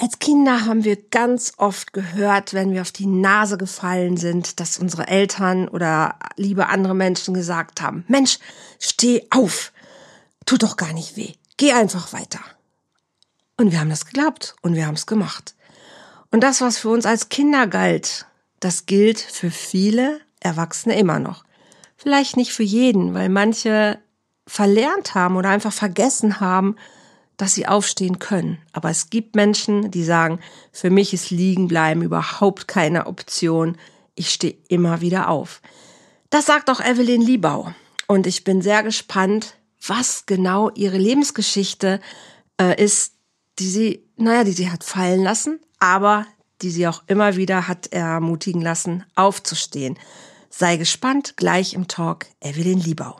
Als Kinder haben wir ganz oft gehört, wenn wir auf die Nase gefallen sind, dass unsere Eltern oder liebe andere Menschen gesagt haben, Mensch, steh auf, tut doch gar nicht weh, geh einfach weiter. Und wir haben das geglaubt und wir haben es gemacht. Und das, was für uns als Kinder galt, das gilt für viele Erwachsene immer noch. Vielleicht nicht für jeden, weil manche verlernt haben oder einfach vergessen haben, dass sie aufstehen können. Aber es gibt Menschen, die sagen, für mich ist Liegenbleiben überhaupt keine Option. Ich stehe immer wieder auf. Das sagt auch Evelyn Liebau. Und ich bin sehr gespannt, was genau ihre Lebensgeschichte ist, die sie hat fallen lassen, aber die sie auch immer wieder hat ermutigen lassen, aufzustehen. Sei gespannt, gleich im Talk Evelyn Liebau.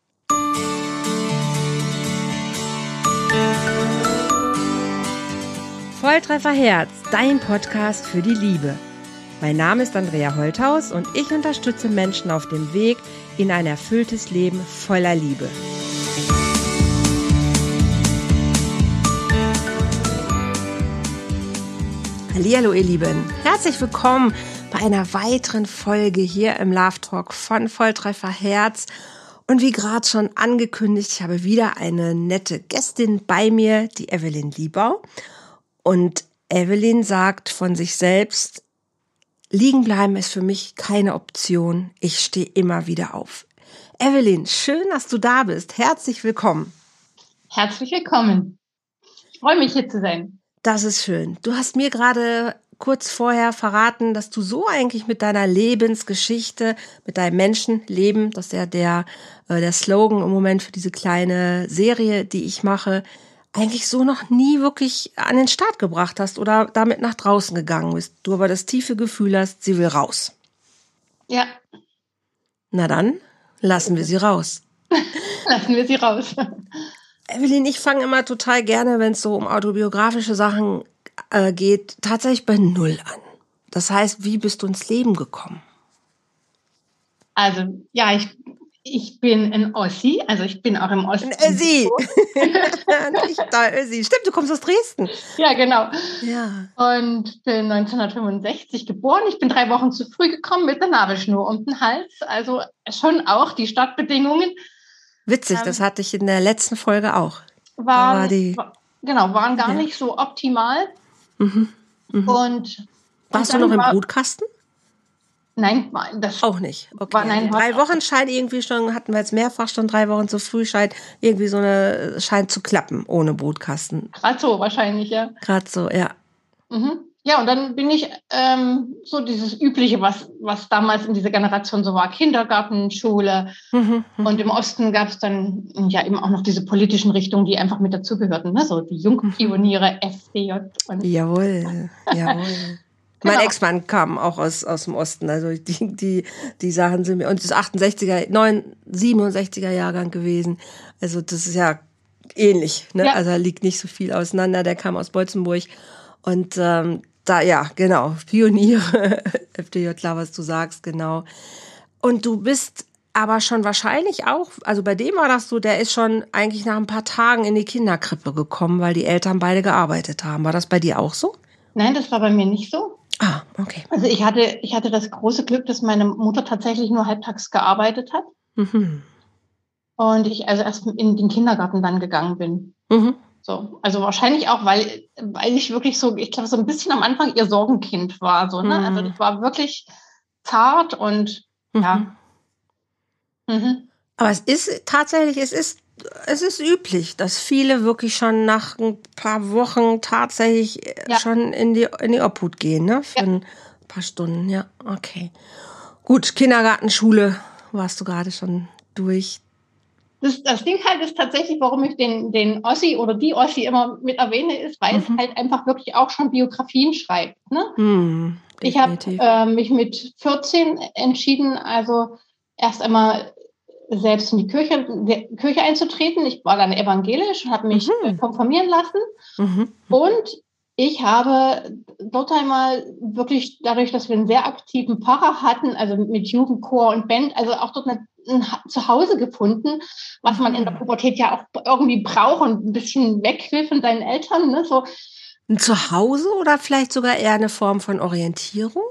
Volltreffer Herz, dein Podcast für die Liebe. Mein Name ist Andrea Holthaus und ich unterstütze Menschen auf dem Weg in ein erfülltes Leben voller Liebe. Hallihallo ihr Lieben, herzlich willkommen bei einer weiteren Folge hier im Love Talk von Volltreffer Herz. Und wie gerade schon angekündigt, ich habe wieder eine nette Gästin bei mir, die Evelyn Liebau. Und Evelyn sagt von sich selbst, liegen bleiben ist für mich keine Option. Ich stehe immer wieder auf. Evelyn, schön, dass du da bist. Herzlich willkommen. Herzlich willkommen. Ich freue mich, hier zu sein. Das ist schön. Du hast mir gerade kurz vorher verraten, dass du so eigentlich mit deiner Lebensgeschichte, mit deinem Menschenleben, das ist ja der Slogan im Moment für diese kleine Serie, die ich mache, eigentlich so noch nie wirklich an den Start gebracht hast oder damit nach draußen gegangen bist. Du aber das tiefe Gefühl hast, sie will raus. Ja. Na dann, lassen wir sie raus. Lassen wir sie raus. Evelyn, ich fange immer total gerne, wenn es so um autobiografische Sachen geht, tatsächlich bei Null an. Das heißt, wie bist du ins Leben gekommen? Also, ja, ich bin ein Ossi, also ich bin auch im Osten. Ein Ossi! Nicht da, Ossi. Stimmt, du kommst aus Dresden. Ja, genau. Ja. Und bin 1965 geboren. Ich bin 3 Wochen zu früh gekommen mit der Nabelschnur um den Hals. Also schon auch die Startbedingungen. Witzig, das hatte ich in der letzten Folge auch. Waren gar nicht so optimal. Mhm. Und warst du noch im Brutkasten? Nein, das auch nicht. Okay. Nein, 3 Wochen scheint irgendwie schon, hatten wir jetzt mehrfach schon 3 Wochen zu früh, scheint zu klappen ohne Brutkasten. Gerade so wahrscheinlich, ja. Gerade so, ja. Mhm. Ja, und dann bin ich so dieses Übliche, was damals in dieser Generation so war, Kindergarten, Schule. Und im Osten gab es dann ja eben auch noch diese politischen Richtungen, die einfach mit dazugehörten, ne? So die Jungpioniere, FDJ. Jawohl. Mein Ex-Mann kam auch aus dem Osten, also die Sachen sind mir, und das 67er Jahrgang gewesen, also das ist ja ähnlich, ne? Ja. Also da liegt nicht so viel auseinander, der kam aus Beutzenburg und Pioniere, FDJ, klar, was du sagst, genau. Und du bist aber schon wahrscheinlich auch, also bei dem war das so, der ist schon eigentlich nach ein paar Tagen in die Kinderkrippe gekommen, weil die Eltern beide gearbeitet haben. War das bei dir auch so? Nein, das war bei mir nicht so. Ah, okay. Also ich hatte das große Glück, dass meine Mutter tatsächlich nur halbtags gearbeitet hat. Mhm. Und ich also erst in den Kindergarten dann gegangen bin. Mhm. So, also wahrscheinlich auch, weil ich wirklich so, ich glaube, so ein bisschen am Anfang ihr Sorgenkind war. So, ne? Also das war wirklich zart und ja. Mhm. Aber es ist tatsächlich, es ist üblich, dass viele wirklich schon nach ein paar Wochen tatsächlich schon in die Obhut gehen, ne? Für ein paar Stunden, ja, okay. Gut, Kindergarten, Schule warst du gerade schon durch. Das Ding halt ist tatsächlich, warum ich den Ossi oder die Ossi immer mit erwähne, ist, weil es halt einfach wirklich auch schon Biografien schreibt. Ne? Ich habe mich mit 14 entschieden, also erst einmal selbst in die Kirche einzutreten. Ich war dann evangelisch und habe mich konfirmieren lassen. Und ich habe dort einmal wirklich, dadurch, dass wir einen sehr aktiven Pfarrer hatten, also mit Jugendchor und Band, also auch dort ein Zuhause gefunden, was man in der Pubertät ja auch irgendwie braucht und ein bisschen weg will von seinen Eltern. Ne? So. Ein Zuhause oder vielleicht sogar eher eine Form von Orientierung?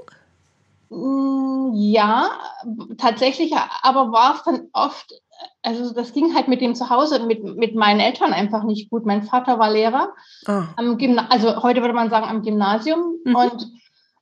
Ja, tatsächlich, aber war es dann oft, also das ging halt mit dem Zuhause, mit meinen Eltern einfach nicht gut. Mein Vater war Lehrer also heute würde man sagen am Gymnasium. Und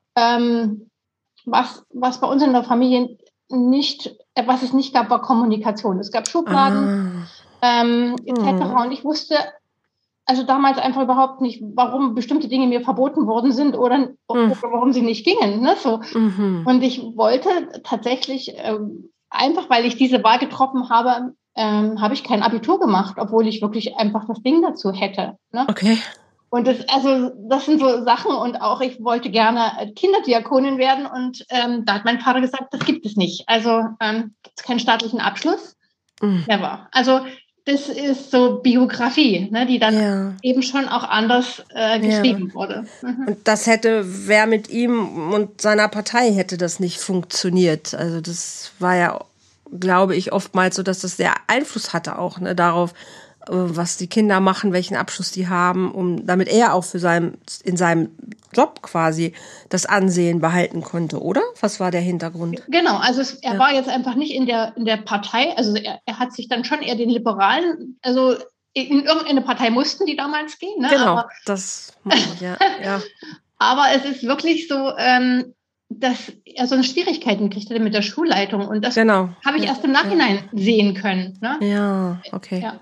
was bei uns in der Familie was es nicht gab, war Kommunikation. Es gab Schubladen etc. Und ich wusste also damals einfach überhaupt nicht, warum bestimmte Dinge mir verboten worden sind oder warum sie nicht gingen. Ne? So. Und ich wollte tatsächlich, einfach weil ich diese Wahl getroffen habe, habe ich kein Abitur gemacht, obwohl ich wirklich einfach das Ding dazu hätte. Ne? Okay. Und das sind so Sachen und auch ich wollte gerne Kinderdiakonin werden und da hat mein Vater gesagt, das gibt es nicht. Also gibt es keinen staatlichen Abschluss. Never. Also das ist so Biografie, ne, die dann eben schon auch anders geschrieben wurde. Und das wäre mit ihm und seiner Partei hätte das nicht funktioniert. Also das war ja, glaube ich, oftmals so, dass das sehr Einfluss hatte auch, ne, darauf, was die Kinder machen, welchen Abschluss die haben, damit er auch in seinem Job quasi das Ansehen behalten konnte, oder? Was war der Hintergrund? Genau, also er war jetzt einfach nicht in der Partei, also er hat sich dann schon eher den Liberalen, also in irgendeine Partei mussten die damals gehen. Ne? Genau, das meine ich, ja. Aber es ist wirklich so, dass er so eine Schwierigkeiten kriegt mit der Schulleitung und das habe ich erst im Nachhinein sehen können. Ne? Ja, okay. Ja.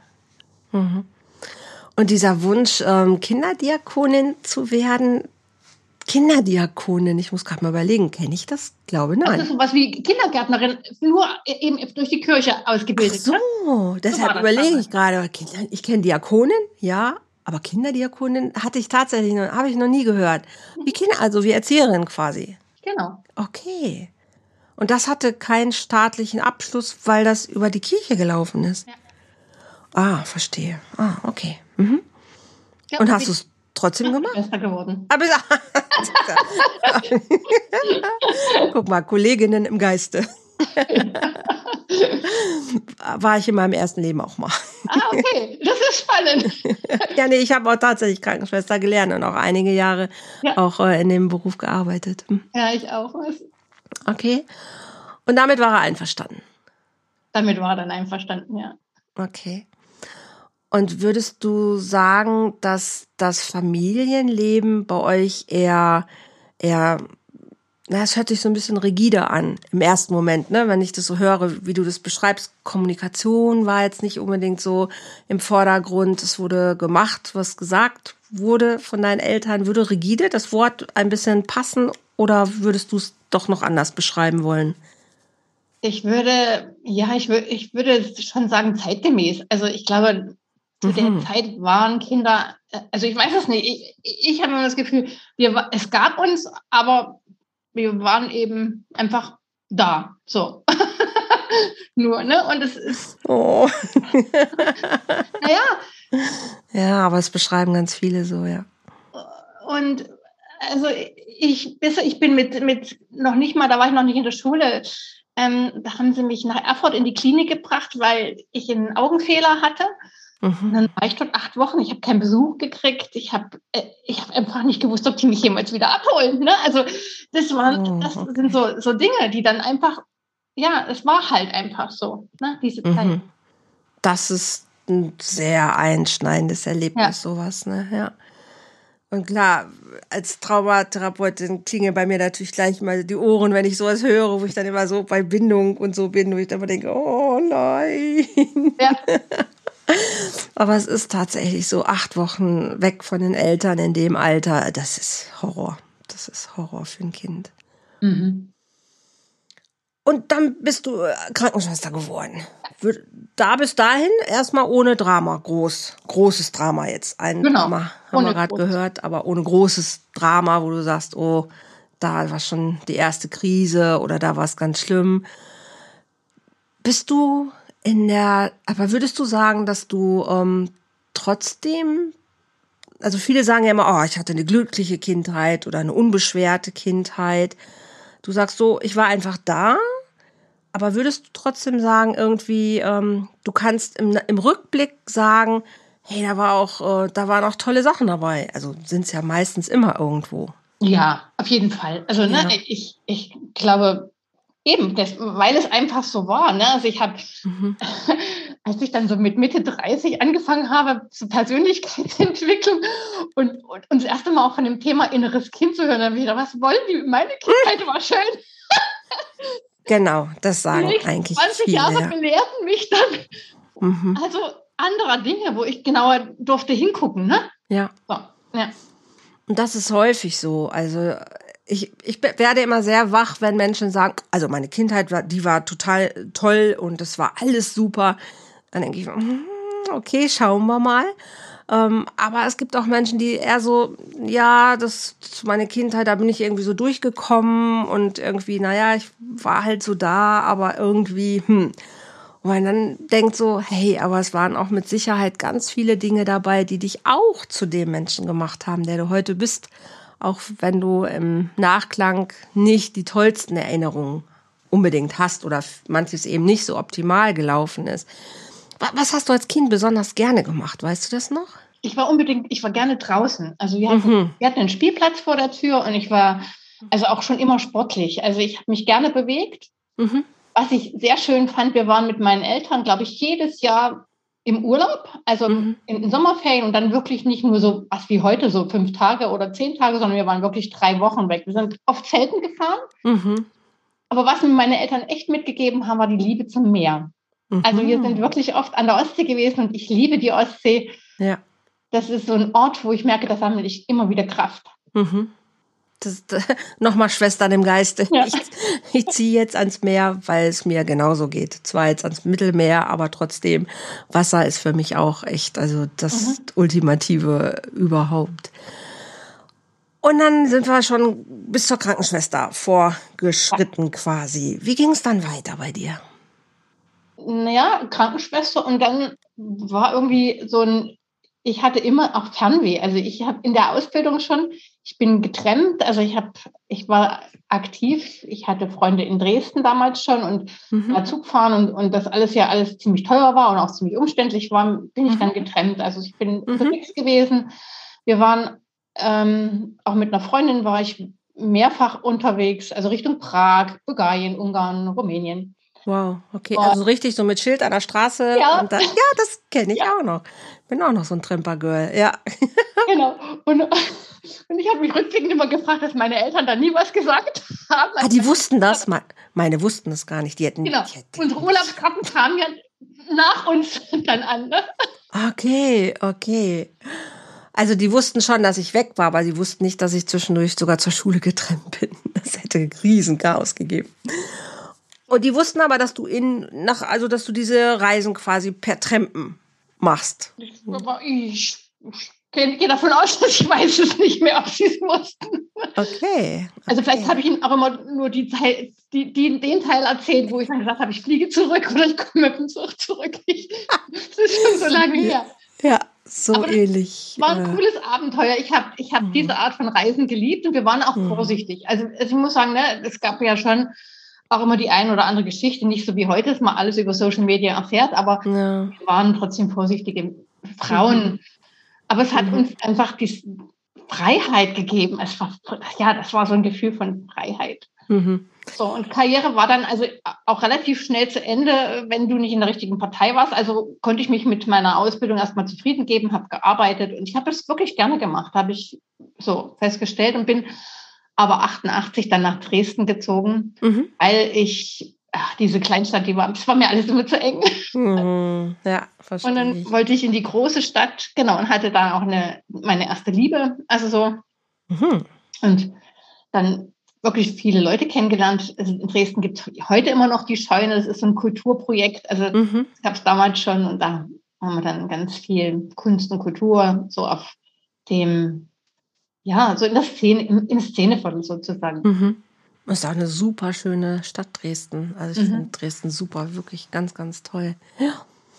Und dieser Wunsch, Kinderdiakonin zu werden, Kinderdiakonin, ich muss gerade mal überlegen, kenne ich das? Glaube nein. Das ist sowas wie Kindergärtnerin, nur eben durch die Kirche ausgebildet. Ach so, deshalb überlege ich gerade, ich kenne Diakonin, ja, aber Kinderdiakonin habe ich noch nie gehört. Wie Erzieherin quasi. Genau. Okay. Und das hatte keinen staatlichen Abschluss, weil das über die Kirche gelaufen ist. Ja. Ah, verstehe. Ah, okay. Ja, und hast du es trotzdem gemacht? Besser geworden. Aber guck mal, Kolleginnen im Geiste. War ich in meinem ersten Leben auch mal. Ah, okay. Das ist spannend. Ja, nee, ich habe auch tatsächlich Krankenschwester gelernt und auch einige Jahre auch in dem Beruf gearbeitet. Ja, ich auch. Okay. Und damit war er einverstanden? Damit war er dann einverstanden, ja. Okay. Und würdest du sagen, dass das Familienleben bei euch eher, es hört sich so ein bisschen rigide an im ersten Moment, ne? Wenn ich das so höre, wie du das beschreibst, Kommunikation war jetzt nicht unbedingt so im Vordergrund. Es wurde gemacht, was gesagt wurde von deinen Eltern. Würde rigide das Wort ein bisschen passen oder würdest du es doch noch anders beschreiben wollen? Ich würde schon sagen zeitgemäß. Also ich glaube, zu der Zeit waren Kinder, also ich weiß es nicht, ich habe immer das Gefühl, es gab uns, aber wir waren eben einfach da, so. Nur, ne? Und es ist... Oh. Naja. Ja, aber es beschreiben ganz viele so, ja. Und also ich bin mit noch nicht mal, da war ich noch nicht in der Schule, da haben sie mich nach Erfurt in die Klinik gebracht, weil ich einen Augenfehler hatte. Und dann war ich dort 8 Wochen, ich habe keinen Besuch gekriegt, ich habe einfach nicht gewusst, ob die mich jemals wieder abholen. Ne? Also das sind so Dinge, die dann einfach, ja, es war halt einfach so, ne, diese Zeit. Das ist ein sehr einschneidendes Erlebnis, sowas, ne, ja. Und klar, als Traumatherapeutin klingeln bei mir natürlich gleich mal die Ohren, wenn ich sowas höre, wo ich dann immer so bei Bindung und so bin, wo ich dann immer denke, oh nein. Ja. Aber es ist tatsächlich so, 8 Wochen weg von den Eltern in dem Alter, das ist Horror. Das ist Horror für ein Kind. Und dann bist du Krankenschwester geworden. Da bis dahin erstmal ohne Drama, großes Drama jetzt. Drama haben wir gerade gehört, aber ohne großes Drama, wo du sagst, oh, da war schon die erste Krise oder da war es ganz schlimm. Aber würdest du sagen, dass du trotzdem, also viele sagen ja immer, oh, ich hatte eine glückliche Kindheit oder eine unbeschwerte Kindheit. Du sagst so, ich war einfach da, aber würdest du trotzdem sagen, irgendwie, du kannst im Rückblick sagen, hey, da waren auch tolle Sachen dabei. Also sind es ja meistens immer irgendwo. Ja, auf jeden Fall. Also ne, ich glaube eben, weil es einfach so war. Ne? Also ich habe, als ich dann so mit Mitte 30 angefangen habe zur Persönlichkeitsentwicklung und das erste Mal auch von dem Thema inneres Kind zu hören, dann habe ich gedacht, was wollen die? Meine Kindheit war schön. Genau, das sagen eigentlich 20 viele. Jahre belehrten mich dann. Also anderer Dinge, wo ich genauer durfte hingucken, ne? Ja. So, ja. Und das ist häufig so. Also ich werde immer sehr wach, wenn Menschen sagen, also meine Kindheit war total toll und es war alles super. Dann denke ich, okay, schauen wir mal. Aber es gibt auch Menschen, die eher so, ja, das meine Kindheit, da bin ich irgendwie so durchgekommen und irgendwie, naja, ich war halt so da, aber irgendwie, Und man dann denkt so, hey, aber es waren auch mit Sicherheit ganz viele Dinge dabei, die dich auch zu dem Menschen gemacht haben, der du heute bist, auch wenn du im Nachklang nicht die tollsten Erinnerungen unbedingt hast oder manches eben nicht so optimal gelaufen ist. Was hast du als Kind besonders gerne gemacht? Weißt du das noch? Ich war gerne draußen. Also wir hatten einen Spielplatz vor der Tür und ich war also auch schon immer sportlich. Also ich habe mich gerne bewegt. Was ich sehr schön fand, wir waren mit meinen Eltern, glaube ich, jedes Jahr im Urlaub, also in Sommerferien und dann wirklich nicht nur so, was wie heute, so 5 Tage oder 10 Tage, sondern wir waren wirklich 3 Wochen weg. Wir sind oft Zelten gefahren. Aber was mir meine Eltern echt mitgegeben haben, war die Liebe zum Meer. Also wir sind wirklich oft an der Ostsee gewesen und ich liebe die Ostsee. Ja. Das ist so ein Ort, wo ich merke, da sammle ich immer wieder Kraft. Nochmal Schwestern im Geiste. Ja. Ich ziehe jetzt ans Meer, weil es mir genauso geht. Zwar jetzt ans Mittelmeer, aber trotzdem, Wasser ist für mich auch echt, also das Ultimative überhaupt. Und dann sind wir schon bis zur Krankenschwester vorgeschritten quasi. Wie ging es dann weiter bei dir? Naja, Krankenschwester und dann war irgendwie ich hatte immer auch Fernweh. Also ich habe in der Ausbildung schon, ich bin getrennt, also ich war aktiv, ich hatte Freunde in Dresden damals schon und war Zug fahren und das alles ziemlich teuer war und auch ziemlich umständlich war, bin ich dann getrennt. Also ich bin unterwegs gewesen. Wir waren, auch mit einer Freundin war ich mehrfach unterwegs, also Richtung Prag, Bulgarien, Ungarn, Rumänien. Wow, okay, also richtig so mit Schild an der Straße. Ja. Und dann, ja, das kenne ich auch noch. Bin auch noch so ein Tramper-Girl, ja. Genau. Und ich habe mich rückblickend immer gefragt, dass meine Eltern da nie was gesagt haben. Ah, die wussten das? Meine wussten das gar nicht. Genau. Unsere Urlaubskarten kamen ja nach uns dann an. Ne? Okay. Also die wussten schon, dass ich weg war, aber sie wussten nicht, dass ich zwischendurch sogar zur Schule getrennt bin. Das hätte ein Riesenchaos gegeben. Und die wussten aber, dass du dass du diese Reisen quasi per Trampen machst. Ich gehe davon aus, dass ich weiß es nicht mehr, ob sie es wussten. Okay. Also vielleicht habe ich ihnen auch immer nur den Teil erzählt, wo ich dann gesagt habe, ich fliege zurück oder ich komme mit dem Zug zurück. Das ist schon so lange her. Ja, so ähnlich. War ein cooles Abenteuer. Ich hab diese Art von Reisen geliebt und wir waren auch vorsichtig. Also ich muss sagen, ne, es gab ja schon auch immer die eine oder andere Geschichte, nicht so wie heute, dass man alles über Social Media erfährt, aber wir waren trotzdem vorsichtige Frauen. Aber es hat uns einfach die Freiheit gegeben. Das war so ein Gefühl von Freiheit. So, und Karriere war dann also auch relativ schnell zu Ende, wenn du nicht in der richtigen Partei warst. Also konnte ich mich mit meiner Ausbildung erstmal zufrieden geben, habe gearbeitet und ich habe das wirklich gerne gemacht, habe ich so festgestellt und bin aber 88 dann nach Dresden gezogen, weil diese Kleinstadt, das war mir alles immer zu eng. Ja, verstehe. Und dann wollte ich in die große Stadt, genau, und hatte dann auch meine erste Liebe, also so. Und dann wirklich viele Leute kennengelernt. Also in Dresden gibt es heute immer noch die Scheune, das ist so ein Kulturprojekt, also das gab es damals schon und da haben wir dann ganz viel Kunst und Kultur so auf dem, so in der Szene, im Szeneviertel sozusagen. Das ist auch eine super schöne Stadt, Dresden. Also ich finde Dresden super, wirklich ganz, ganz toll. Ja.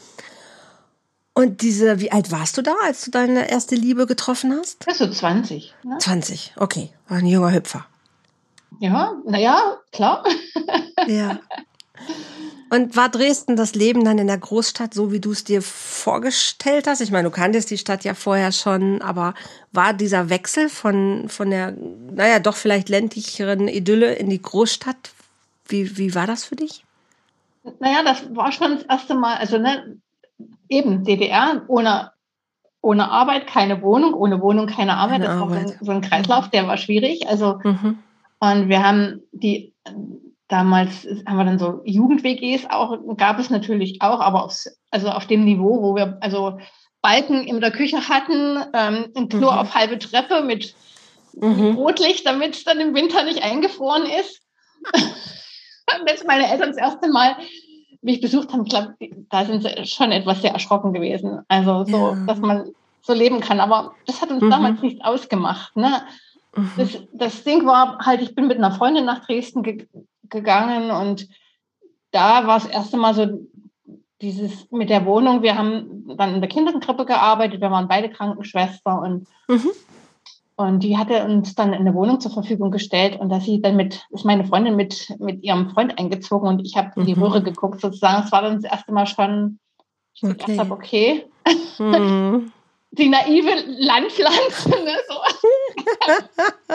Und wie alt warst du da, als du deine erste Liebe getroffen hast? Ja, so 20. Ne? 20, okay. War ein junger Hüpfer. Ja, naja, klar. Ja. Und war Dresden das Leben dann in der Großstadt so, wie du es dir vorgestellt hast? Ich meine, du kanntest die Stadt ja vorher schon, aber war dieser Wechsel von der, naja, doch vielleicht ländlicheren Idylle in die Großstadt, wie war das für dich? Naja, das war schon das erste Mal, also eben DDR, ohne Arbeit keine Wohnung, ohne Wohnung keine Arbeit. Das war so ein Kreislauf, der war schwierig. Also, und wir haben damals haben wir dann so Jugend-WGs auch, gab es natürlich auch, aber auf dem Niveau, wo wir also Balken in der Küche hatten, ein Klo auf halbe Treppe mit Rotlicht, damit es dann im Winter nicht eingefroren ist. Und als meine Eltern das erste Mal mich besucht haben, ich glaube, da sind sie schon etwas sehr erschrocken gewesen. Also so, dass man so leben kann. Aber das hat uns damals nichts ausgemacht. Ne? Das Ding war halt, ich bin mit einer Freundin nach Dresden gegangen und da war das erste Mal so dieses mit der Wohnung. Wir haben dann in der Kinderkrippe gearbeitet, wir waren beide Krankenschwester und die hatte uns dann eine Wohnung zur Verfügung gestellt und ist meine Freundin mit ihrem Freund eingezogen und ich habe in die Röhre geguckt sozusagen. Das war dann das erste Mal schon, ich gedacht habe, okay. Die naive Landpflanze, ne, so.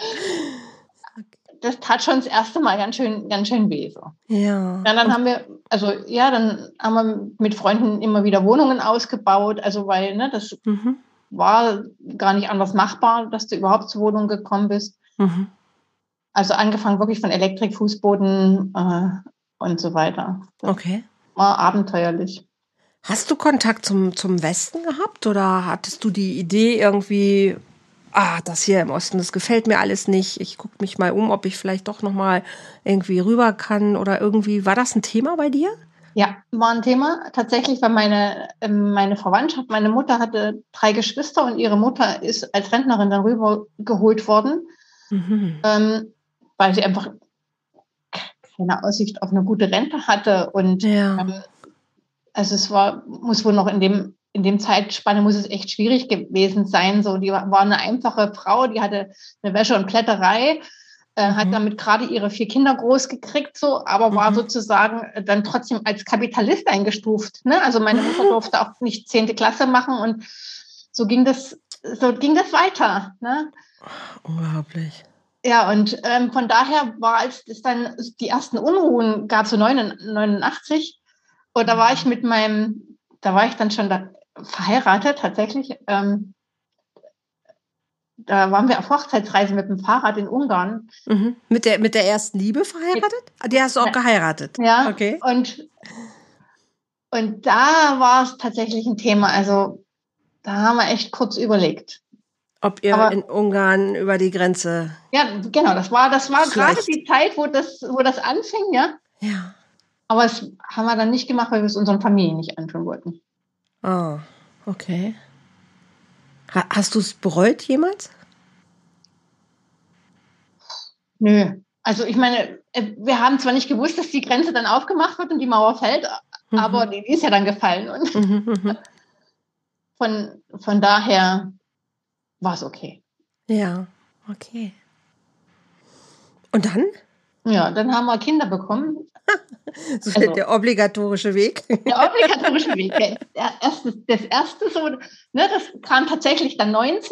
Das tat schon das erste Mal ganz schön weh. So. Ja. Dann haben wir mit Freunden immer wieder Wohnungen ausgebaut, also weil, ne, das war gar nicht anders machbar, dass du überhaupt zur Wohnung gekommen bist. Also angefangen wirklich von Elektrik, Fußboden und so weiter. Das war abenteuerlich. Hast du Kontakt zum Westen gehabt oder hattest du die Idee irgendwie, das hier im Osten, das gefällt mir alles nicht, ich gucke mich mal um, ob ich vielleicht doch noch mal irgendwie rüber kann oder irgendwie, war das ein Thema bei dir? Ja, war ein Thema. Tatsächlich war meine Verwandtschaft, meine Mutter hatte 3 Geschwister und ihre Mutter ist als Rentnerin dann rübergeholt worden, weil sie einfach keine Aussicht auf eine gute Rente hatte. Und also muss wohl noch in dem Zeitspanne muss es echt schwierig gewesen sein. So, die war eine einfache Frau, die hatte eine Wäsche- und Plätterei, hat damit gerade ihre 4 Kinder groß gekriegt, so, aber war sozusagen dann trotzdem als Kapitalist eingestuft. Ne? Also meine Mutter durfte auch nicht 10. Klasse machen und so ging das weiter. Ne? Unglaublich. Ja, und von daher war, als es dann die ersten Unruhen gab, so 89, und da war ich dann schon verheiratet, tatsächlich. Da waren wir auf Hochzeitsreise mit dem Fahrrad in Ungarn. Mit der ersten Liebe verheiratet? Die hast du auch geheiratet? Ja, okay. Und da war es tatsächlich ein Thema. Also da haben wir echt kurz überlegt. Ob ihr in Ungarn über die Grenze... Ja, genau. Das war gerade die Zeit, wo das anfing, ja. Ja. Aber das haben wir dann nicht gemacht, weil wir es unseren Familien nicht antun wollten. Ah, okay. Hast du es bereut jemals? Nö. Also ich meine, wir haben zwar nicht gewusst, dass die Grenze dann aufgemacht wird und die Mauer fällt, aber die ist ja dann gefallen. Und von daher war es okay. Ja, okay. Und dann? Ja, dann haben wir Kinder bekommen. So der obligatorische Weg. Der obligatorische Weg. Das erste so, ne, das kam tatsächlich dann 90.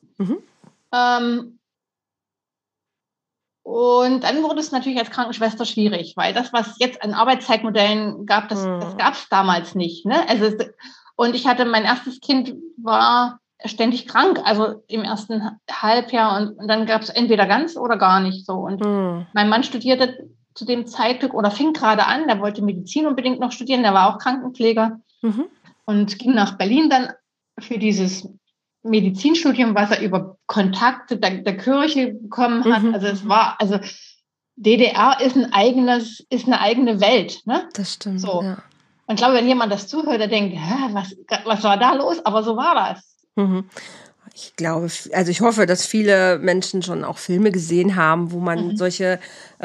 Und dann wurde es natürlich als Krankenschwester schwierig, weil das, was jetzt an Arbeitszeitmodellen gab, das gab es damals nicht. Ne? Also und mein erstes Kind war ständig krank, also im ersten Halbjahr und dann gab es entweder ganz oder gar nicht so. Und mein Mann studierte zu dem Zeitpunkt oder fing gerade an, der wollte Medizin unbedingt noch studieren, der war auch Krankenpfleger und ging nach Berlin dann für dieses Medizinstudium, was er über Kontakte der Kirche bekommen hat. Also DDR ist eine eigene Welt. Ne? Das stimmt, so. Ja. Und ich glaube, wenn jemand das zuhört, der denkt, was war da los? Aber so war das. Ich glaube, also ich hoffe, dass viele Menschen schon auch Filme gesehen haben, wo man solche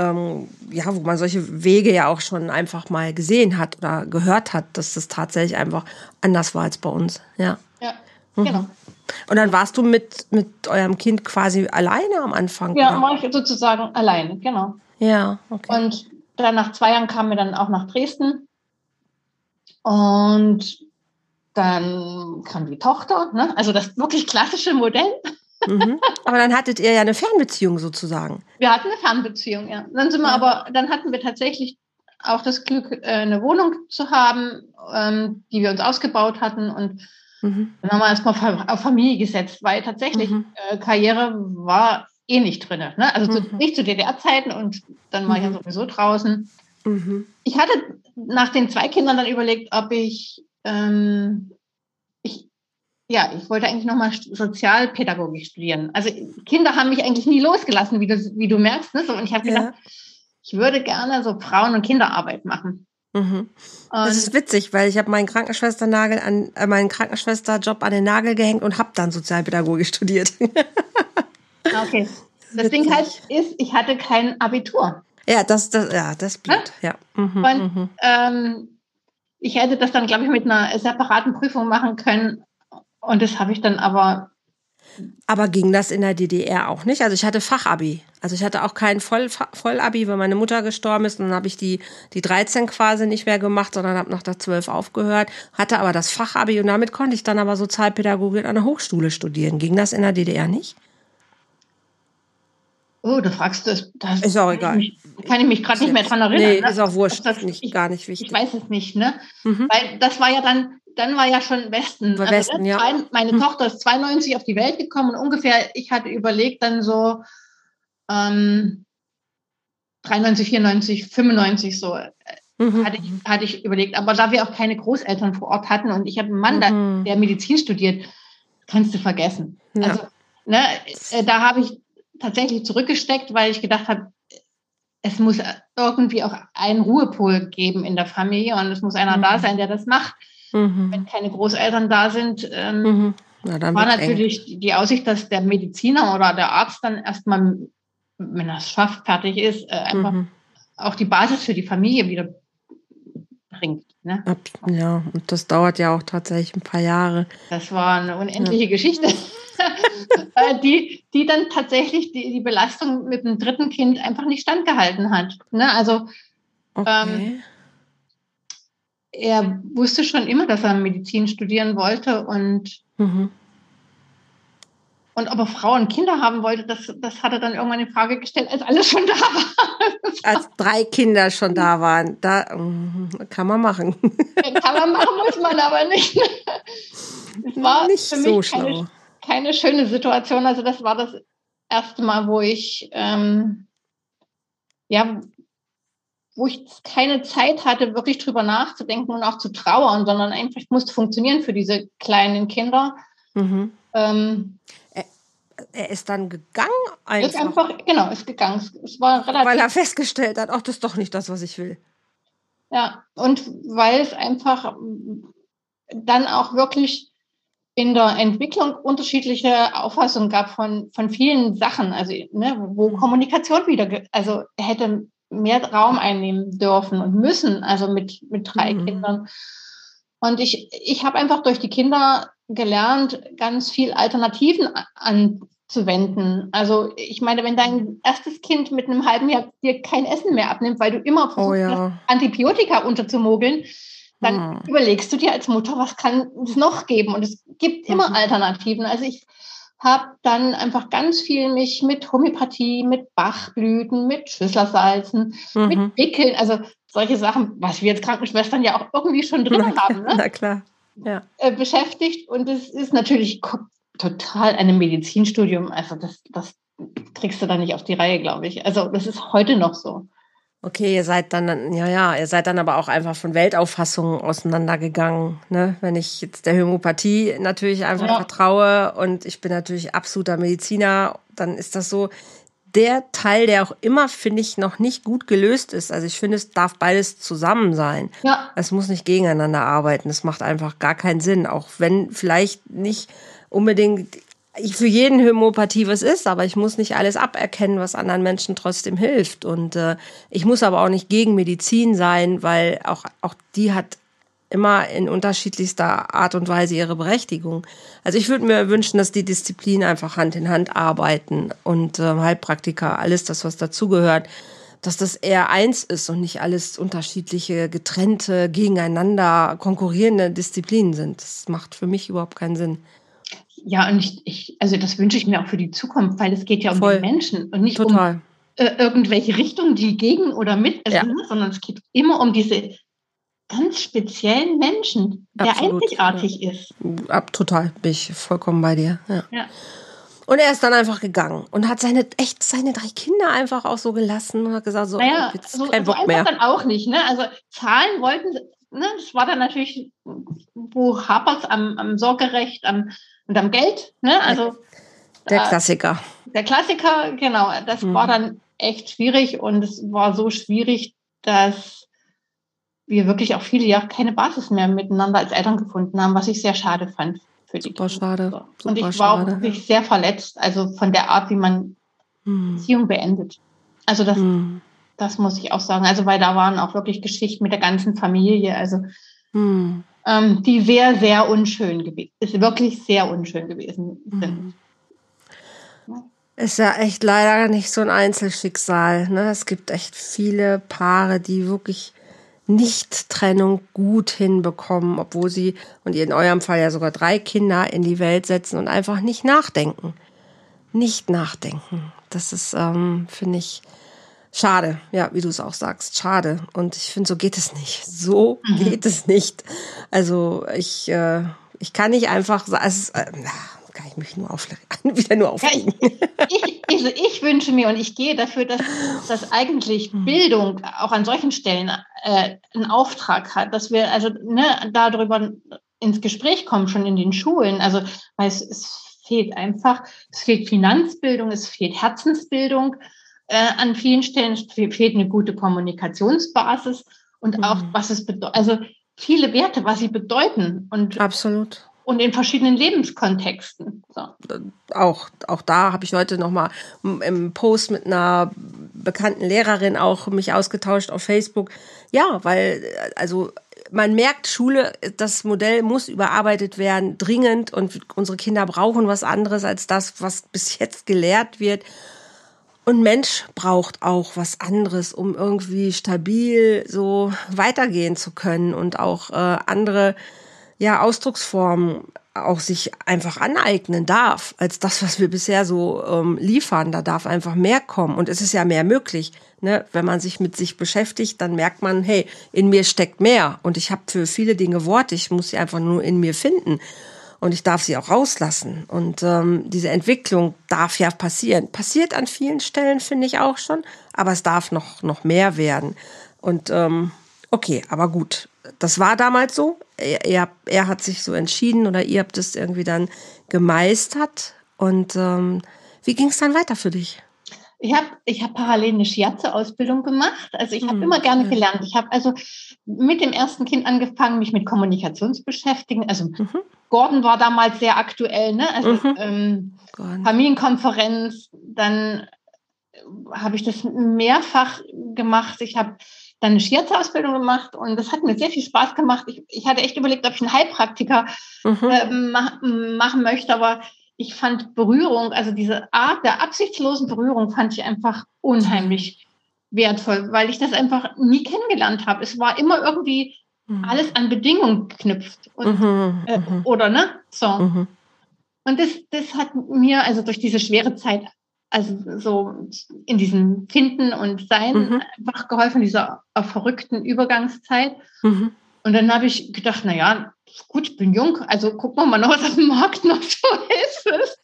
Wege ja auch schon einfach mal gesehen hat oder gehört hat, dass das tatsächlich einfach anders war als bei uns. Ja, genau. Und dann warst du mit eurem Kind quasi alleine am Anfang? Ja, oder? war ich sozusagen alleine, genau. Ja, okay. Und dann nach 2 Jahren kamen wir dann auch nach Dresden. Und dann kam die Tochter, ne? Also das wirklich klassische Modell. Mhm. Aber dann hattet ihr ja eine Fernbeziehung sozusagen. Wir hatten eine Fernbeziehung, ja. Dann hatten wir tatsächlich auch das Glück, eine Wohnung zu haben, die wir uns ausgebaut hatten. Und dann haben wir erstmal auf Familie gesetzt, weil tatsächlich Karriere war eh nicht drin. Ne? Also nicht zu DDR-Zeiten, und dann war ich ja sowieso draußen. Ich hatte nach den 2 Kindern dann überlegt, ob ich wollte eigentlich nochmal Sozialpädagogik studieren. Also Kinder haben mich eigentlich nie losgelassen, wie du merkst. Ne? So, und ich habe gedacht, ich würde gerne so Frauen- und Kinderarbeit machen. Das ist witzig, weil ich habe meinen Krankenschwesterjob an den Nagel gehängt und habe dann Sozialpädagogik studiert. Okay. Das Ding halt ist, ich hatte kein Abitur. Ja, das ist blöd. Ja. Und ich hätte das dann, glaube ich, mit einer separaten Prüfung machen können. Und das habe ich dann aber... Aber ging das in der DDR auch nicht? Also ich hatte Fachabi. Also ich hatte auch kein Vollabi, weil meine Mutter gestorben ist. Und dann habe ich die 13 quasi nicht mehr gemacht, sondern habe nach der 12 aufgehört. Hatte aber das Fachabi und damit konnte ich dann aber Sozialpädagogik an der Hochschule studieren. Ging das in der DDR nicht? Oh, du fragst das. Ist auch egal. Kann ich mich gerade nicht mehr dran erinnern. Nee, ne? ist auch wurscht. Gar nicht wichtig. Ich weiß es nicht, ne? Weil das war ja dann war ja schon Westen. Westen, ja. Meine Tochter ist 92 auf die Welt gekommen, und ungefähr, ich hatte überlegt, dann so 93, 94, 95 so hatte ich überlegt. Aber da wir auch keine Großeltern vor Ort hatten und ich habe einen Mann, der Medizin studiert, kannst du vergessen. Ja. Also da habe ich tatsächlich zurückgesteckt, weil ich gedacht habe, es muss irgendwie auch einen Ruhepol geben in der Familie, und es muss einer da sein, der das macht. Wenn keine Großeltern da sind, war natürlich die Aussicht, dass der Mediziner oder der Arzt dann erstmal, wenn er es schafft, fertig ist, einfach auch die Basis für die Familie wieder bringt. Ne? Ja, und das dauert ja auch tatsächlich ein paar Jahre. Das war eine unendliche Geschichte, die dann tatsächlich die Belastung mit dem 3. Kind einfach nicht standgehalten hat. Ne? Also er wusste schon immer, dass er Medizin studieren wollte, und ob er Frauen und Kinder haben wollte, das hat er dann irgendwann in Frage gestellt, als alles schon da war. Als 3 Kinder schon da waren. Da kann man machen. Kann man machen, muss man aber nicht. Es war nicht für mich so schlau. Keine schöne Situation. Also das war das erste Mal, wo ich wo ich keine Zeit hatte, wirklich drüber nachzudenken und auch zu trauern, sondern einfach musste funktionieren für diese kleinen Kinder. Er ist dann gegangen ist gegangen. Es war relativ, weil er festgestellt hat, ach, das ist doch nicht das, was ich will. Ja, und weil es einfach dann auch wirklich in der Entwicklung unterschiedliche Auffassungen gab von vielen Sachen, also wo Kommunikation also hätte mehr Raum einnehmen dürfen und müssen, also mit 3 Kindern. Und ich habe einfach durch die Kinder gelernt, ganz viel Alternativen anzuwenden. Also ich meine, wenn dein erstes Kind mit einem halben Jahr dir kein Essen mehr abnimmt, weil du immer versuchst, Antibiotika unterzumogeln, dann überlegst du dir als Mutter, was kann es noch geben? Und es gibt immer Alternativen. Also ich habe dann einfach ganz viel mich mit Homöopathie, mit Bachblüten, mit Schüsslersalzen, mit Wickeln, also solche Sachen, was wir jetzt Krankenschwestern ja auch irgendwie schon drin haben, ne? Na klar, ja. Beschäftigt. Und es ist natürlich total ein Medizinstudium. Also das kriegst du da nicht auf die Reihe, glaube ich. Also das ist heute noch so. Okay, ihr seid dann aber auch einfach von Weltauffassungen auseinandergegangen, ne? Wenn ich jetzt der Homöopathie natürlich einfach vertraue und ich bin natürlich absoluter Mediziner, dann ist das so der Teil, der auch immer, finde ich, noch nicht gut gelöst ist. Also ich finde, es darf beides zusammen sein. Ja. Es muss nicht gegeneinander arbeiten. Es macht einfach gar keinen Sinn, auch wenn vielleicht nicht unbedingt für jeden Homöopathie was ist, aber ich muss nicht alles aberkennen, was anderen Menschen trotzdem hilft. Und ich muss aber auch nicht gegen Medizin sein, weil auch die hat immer in unterschiedlichster Art und Weise ihre Berechtigung. Also ich würde mir wünschen, dass die Disziplinen einfach Hand in Hand arbeiten und Heilpraktiker, alles das, was dazugehört. dass das eher eins ist und nicht alles unterschiedliche, getrennte, gegeneinander konkurrierende Disziplinen sind. Das macht für mich überhaupt keinen Sinn. Ja, und also das wünsche ich mir auch für die Zukunft, weil es geht ja um den Menschen und nicht um irgendwelche Richtungen, die gegen oder mit sind, sondern es geht immer um diese ganz speziellen Menschen, der einzigartig ist. Total, bin ich vollkommen bei dir. Ja. Und er ist dann einfach gegangen und hat seine 3 Kinder einfach auch so gelassen und hat gesagt, so, jetzt kein Bock mehr. Dann auch nicht, ne? Also Zahlen wollten, ne? Das war dann natürlich, wo hapert's am Sorgerecht und am Geld, ne? Also der Klassiker. Der Klassiker, genau. Das war dann echt schwierig und es war so schwierig, dass wir wirklich auch viele Jahre keine Basis mehr miteinander als Eltern gefunden haben, was ich sehr schade fand für die Kinder. Schade. Und ich war auch wirklich sehr verletzt, also von der Art, wie man Beziehung beendet. Also das muss ich auch sagen. Also weil da waren auch wirklich Geschichten mit der ganzen Familie, also die sehr, sehr unschön gewesen, ist wirklich sehr unschön gewesen sind. Ist ja echt leider nicht so ein Einzelschicksal, ne? Es gibt echt viele Paare, die wirklich nicht Trennung gut hinbekommen, obwohl sie, und in eurem Fall ja sogar 3 Kinder in die Welt setzen und einfach nicht nachdenken. Nicht nachdenken. Das ist, finde ich, schade. Ja, wie du es auch sagst, schade. Und ich finde, so geht es nicht. So geht es nicht. Also ich kann nicht einfach sagen, kann ich mich wieder nur aufregen. Ja, ich wünsche mir und ich gehe dafür, dass eigentlich Bildung auch an solchen Stellen einen Auftrag hat, dass wir also darüber ins Gespräch kommen, schon in den Schulen. Also weil es fehlt Finanzbildung, es fehlt Herzensbildung an vielen Stellen, es fehlt eine gute Kommunikationsbasis und auch, was es bedeutet, also viele Werte, was sie bedeuten. Und absolut. Und in verschiedenen Lebenskontexten. So. Auch da habe ich heute noch mal im Post mit einer bekannten Lehrerin auch mich ausgetauscht auf Facebook. Ja, weil also man merkt, Schule, das Modell muss überarbeitet werden, dringend. Und unsere Kinder brauchen was anderes als das, was bis jetzt gelehrt wird. Und Mensch braucht auch was anderes, um irgendwie stabil so weitergehen zu können und auch andere Ausdrucksformen auch sich einfach aneignen darf, als das, was wir bisher so liefern. Da darf einfach mehr kommen. Und es ist ja mehr möglich. Ne? Wenn man sich mit sich beschäftigt, dann merkt man, hey, in mir steckt mehr. Und ich habe für viele Dinge Worte. Ich muss sie einfach nur in mir finden. Und ich darf sie auch rauslassen. Und diese Entwicklung darf ja passieren. Passiert an vielen Stellen, finde ich auch schon. Aber es darf noch mehr werden. Und okay, aber gut. Das war damals so. Er hat sich so entschieden oder ihr habt es irgendwie dann gemeistert. Und wie ging es dann weiter für dich? Ich hab parallel eine Shiatsu-Ausbildung gemacht. Also ich habe immer gerne gelernt. Ich habe also mit dem ersten Kind angefangen, mich mit Kommunikation zu beschäftigen. Also Gordon war damals sehr aktuell, ne? Also Familienkonferenz. Dann habe ich das mehrfach gemacht. Ich habe dann eine Shiatsu-Ausbildung gemacht und das hat mir sehr viel Spaß gemacht. Ich hatte echt überlegt, ob ich einen Heilpraktiker machen möchte, aber ich fand Berührung, also diese Art der absichtslosen Berührung fand ich einfach unheimlich wertvoll, weil ich das einfach nie kennengelernt habe. Es war immer irgendwie alles an Bedingungen geknüpft und, oder ne? So. Und das hat mir also durch diese schwere Zeit, also so in diesem Finden und Sein einfach geholfen, dieser verrückten Übergangszeit. Und dann habe ich gedacht, naja, gut, ich bin jung, also gucken wir mal noch, was auf dem Markt noch so ist.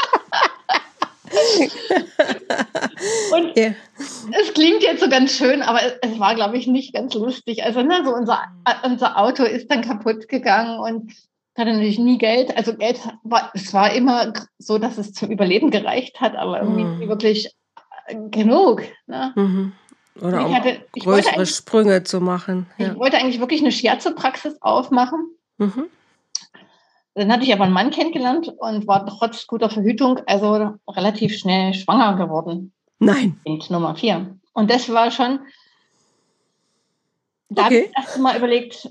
Und es klingt jetzt so ganz schön, aber es war, glaube ich, nicht ganz lustig. Also so unser Auto ist dann kaputt gegangen und hatte natürlich nie Geld. Also es war immer so, dass es zum Überleben gereicht hat, aber irgendwie nie wirklich genug. Ne? Oder größere Sprünge zu machen. Ja. Ich wollte eigentlich wirklich eine Shiatsu-Praxis aufmachen. Dann hatte ich aber einen Mann kennengelernt und war trotz guter Verhütung also relativ schnell schwanger geworden. Nein. Kind Nummer 4. Und das war schon, da habe ich das erste Mal überlegt,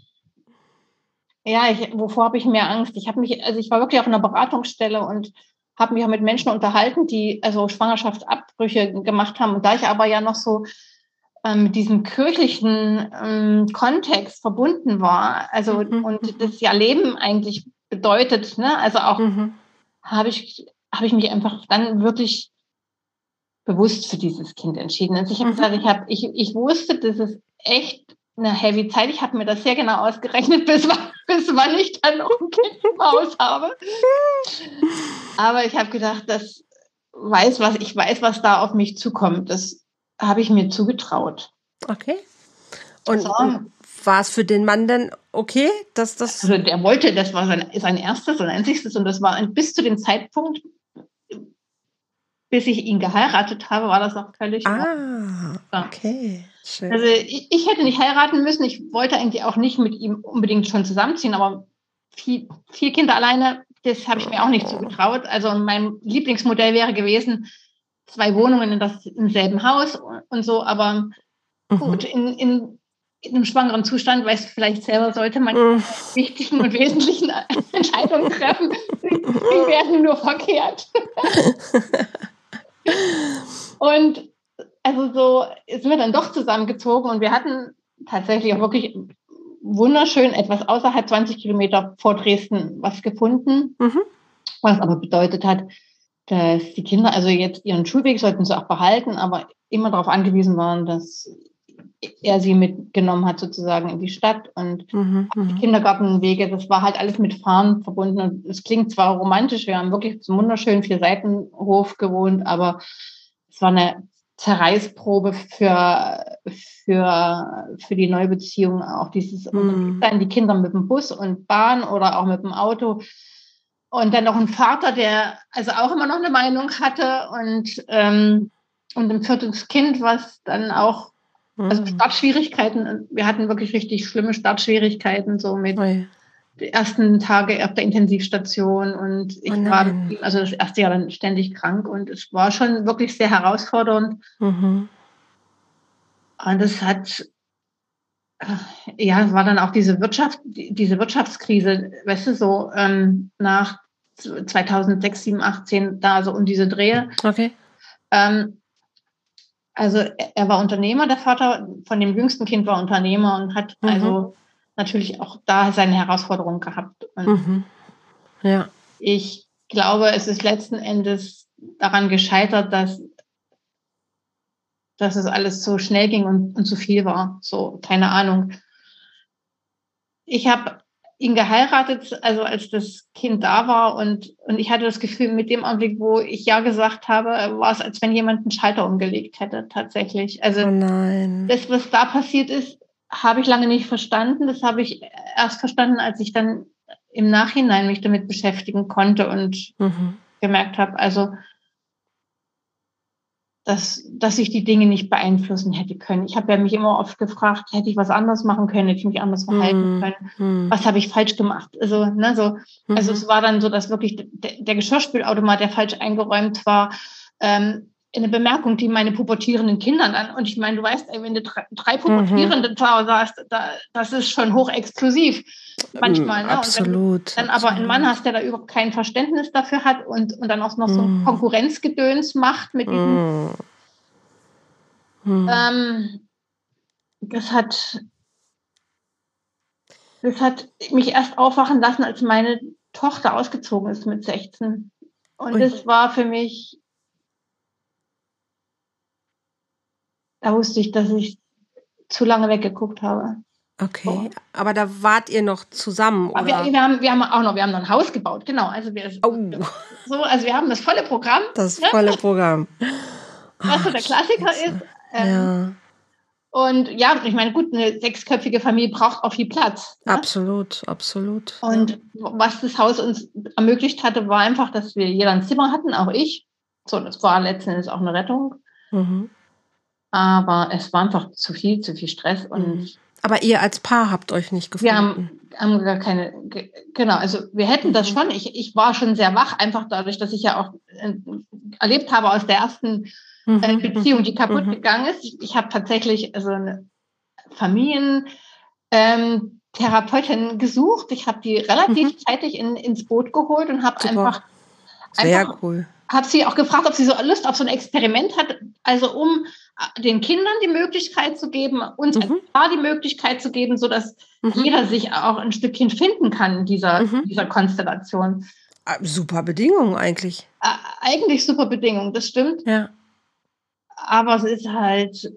wovor habe ich mehr Angst? Ich war wirklich auf einer Beratungsstelle und habe mich auch mit Menschen unterhalten, die also Schwangerschaftsabbrüche gemacht haben. Und da ich aber ja noch so mit diesem kirchlichen Kontext verbunden war, also und das ja Leben eigentlich bedeutet, ne? Also auch habe ich mich einfach dann wirklich bewusst für dieses Kind entschieden. Also ich habe gesagt, ich wusste, das ist echt eine heavy Zeit. Ich habe mir das sehr genau ausgerechnet, bis wann ich dann noch ein Kind im Haus habe. Aber ich habe gedacht, ich weiß, was da auf mich zukommt. Das habe ich mir zugetraut. Okay. Und war es für den Mann denn okay, dass das... Also der wollte, das war sein erstes und einziges und das war bis zu dem Zeitpunkt, bis ich ihn geheiratet habe, war das auch völlig okay. Schön. Also ich hätte nicht heiraten müssen. Ich wollte eigentlich auch nicht mit ihm unbedingt schon zusammenziehen, aber 4 Kinder alleine, das habe ich mir auch nicht zugetraut. Also mein Lieblingsmodell wäre gewesen, 2 Wohnungen im selben Haus und so, aber gut, in einem schwangeren Zustand, weißt du vielleicht selber, sollte man wichtigen und wesentlichen Entscheidungen treffen. Die werden nur verkehrt. Und also so sind wir dann doch zusammengezogen und wir hatten tatsächlich auch wirklich wunderschön etwas außerhalb 20 Kilometer vor Dresden was gefunden, was aber bedeutet hat, dass die Kinder also jetzt ihren Schulweg sollten sie auch behalten, aber immer darauf angewiesen waren, dass er sie mitgenommen hat sozusagen in die Stadt und die Kindergartenwege, das war halt alles mit Fahren verbunden und es klingt zwar romantisch, wir haben wirklich so einen wunderschönen 4-Seiten-Hof gewohnt, aber es war eine Zerreißprobe für die Neubeziehung auch dieses dann die Kinder mit dem Bus und Bahn oder auch mit dem Auto und dann noch ein Vater, der also auch immer noch eine Meinung hatte und ein 4. Kind, was dann auch also Startschwierigkeiten, wir hatten wirklich richtig schlimme Startschwierigkeiten, so mit die ersten Tage auf der Intensivstation und ich war also das erste Jahr dann ständig krank und es war schon wirklich sehr herausfordernd. Und es hat, es war dann auch diese Wirtschaftskrise, weißt du, so nach 2006, 7, 18, da so um diese Drehe. Okay. Also er war Unternehmer, der Vater von dem jüngsten Kind war Unternehmer und hat also natürlich auch da seine Herausforderungen gehabt. Und ich glaube, es ist letzten Endes daran gescheitert, dass es alles so schnell ging und zu viel war. So, keine Ahnung. Ich habe ihn geheiratet, also als das Kind da war und ich hatte das Gefühl, mit dem Augenblick, wo ich ja gesagt habe, war es, als wenn jemand einen Schalter umgelegt hätte, tatsächlich. Also das, was da passiert ist, habe ich lange nicht verstanden. Das habe ich erst verstanden, als ich dann im Nachhinein mich damit beschäftigen konnte und gemerkt habe, also dass ich die Dinge nicht beeinflussen hätte können. Ich habe ja mich immer oft gefragt, hätte ich was anderes machen können, hätte ich mich anders verhalten können, was habe ich falsch gemacht? Also, also es war dann so, dass wirklich der Geschirrspülautomat, der falsch eingeräumt war, eine Bemerkung, die meine pubertierenden Kinder dann, und ich meine, du weißt, wenn du 3 Pubertierende zu Hause hast, das ist schon hochexklusiv manchmal. Ne? Absolut. Und wenn du dann aber einen Mann hast, der da überhaupt kein Verständnis dafür hat und dann auch noch so ein Konkurrenzgedöns macht mit diesem, das hat mich erst aufwachen lassen, als meine Tochter ausgezogen ist mit 16. Und das war für mich, da wusste ich, dass ich zu lange weggeguckt habe. Okay, aber da wart ihr noch zusammen, oder? Wir haben noch ein Haus gebaut, genau. Also wir haben das volle Programm. Das volle Programm. Was so der Klassiker ist. Und ja, ich meine, gut, eine 6-köpfige Familie braucht auch viel Platz. Ne? Absolut. Und was das Haus uns ermöglicht hatte, war einfach, dass wir jeder ein Zimmer hatten, auch ich. So, das war letzten Endes auch eine Rettung. Aber es war einfach zu viel Stress. Und aber ihr als Paar habt euch nicht gefunden? Wir haben gar keine, genau, also wir hätten das schon. Ich war schon sehr wach, einfach dadurch, dass ich ja auch erlebt habe aus der ersten Beziehung, die kaputt gegangen ist. Ich habe tatsächlich also eine Familientherapeutin gesucht. Ich habe die relativ zeitig ins Boot geholt und habe einfach Sehr cool. Habe sie auch gefragt, ob sie so Lust auf so ein Experiment hat, also um den Kindern die Möglichkeit zu geben, uns als Paar die Möglichkeit zu geben, sodass jeder sich auch ein Stückchen finden kann in dieser Konstellation. Super Bedingungen eigentlich. Eigentlich super Bedingungen, das stimmt. Ja. Aber es ist halt,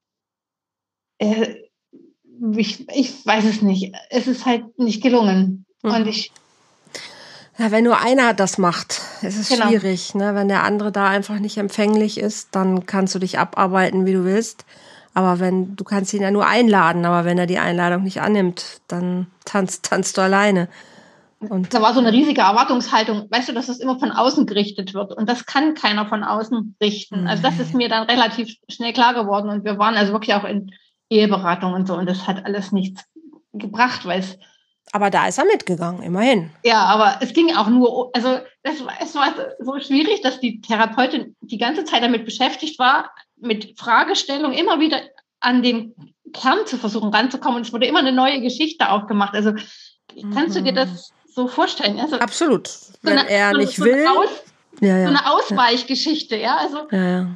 ich weiß es nicht, es ist halt nicht gelungen. Und ja, wenn nur einer das macht, ist es schwierig. Ne? Wenn der andere da einfach nicht empfänglich ist, dann kannst du dich abarbeiten, wie du willst. Aber du kannst ihn ja nur einladen, aber wenn er die Einladung nicht annimmt, dann tanzt du alleine. Und da war so eine riesige Erwartungshaltung, weißt du, dass das immer von außen gerichtet wird. Und das kann keiner von außen richten. Also das ist mir dann relativ schnell klar geworden. Und wir waren also wirklich auch in Eheberatung und so. Und das hat alles nichts gebracht, weil es... Aber da ist er mitgegangen, immerhin. Ja, aber es ging auch nur, also es war so schwierig, dass die Therapeutin die ganze Zeit damit beschäftigt war, mit Fragestellungen immer wieder an den Kern zu versuchen ranzukommen. Und es wurde immer eine neue Geschichte aufgemacht. Also kannst du dir das so vorstellen? Also, absolut. Wenn er nicht will. So eine Ausweichgeschichte, ja. Also,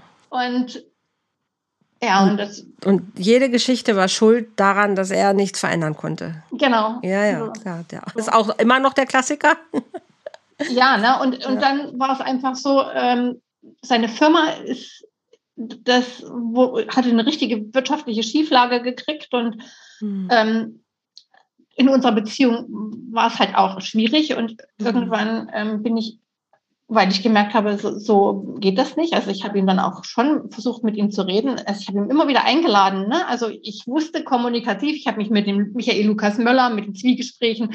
Und jede Geschichte war schuld daran, dass er nichts verändern konnte. Genau. Ja, klar. Das ist auch immer noch der Klassiker. Ja, ne? Und dann war es einfach so, seine Firma hatte eine richtige wirtschaftliche Schieflage gekriegt und in unserer Beziehung war es halt auch schwierig und irgendwann bin ich, weil ich gemerkt habe, so geht das nicht. Also ich habe ihm dann auch schon versucht, mit ihm zu reden. Also ich habe ihn immer wieder eingeladen. Ne? Also ich wusste kommunikativ, ich habe mich mit dem Michael Lukas Möller, mit den Zwiegesprächen,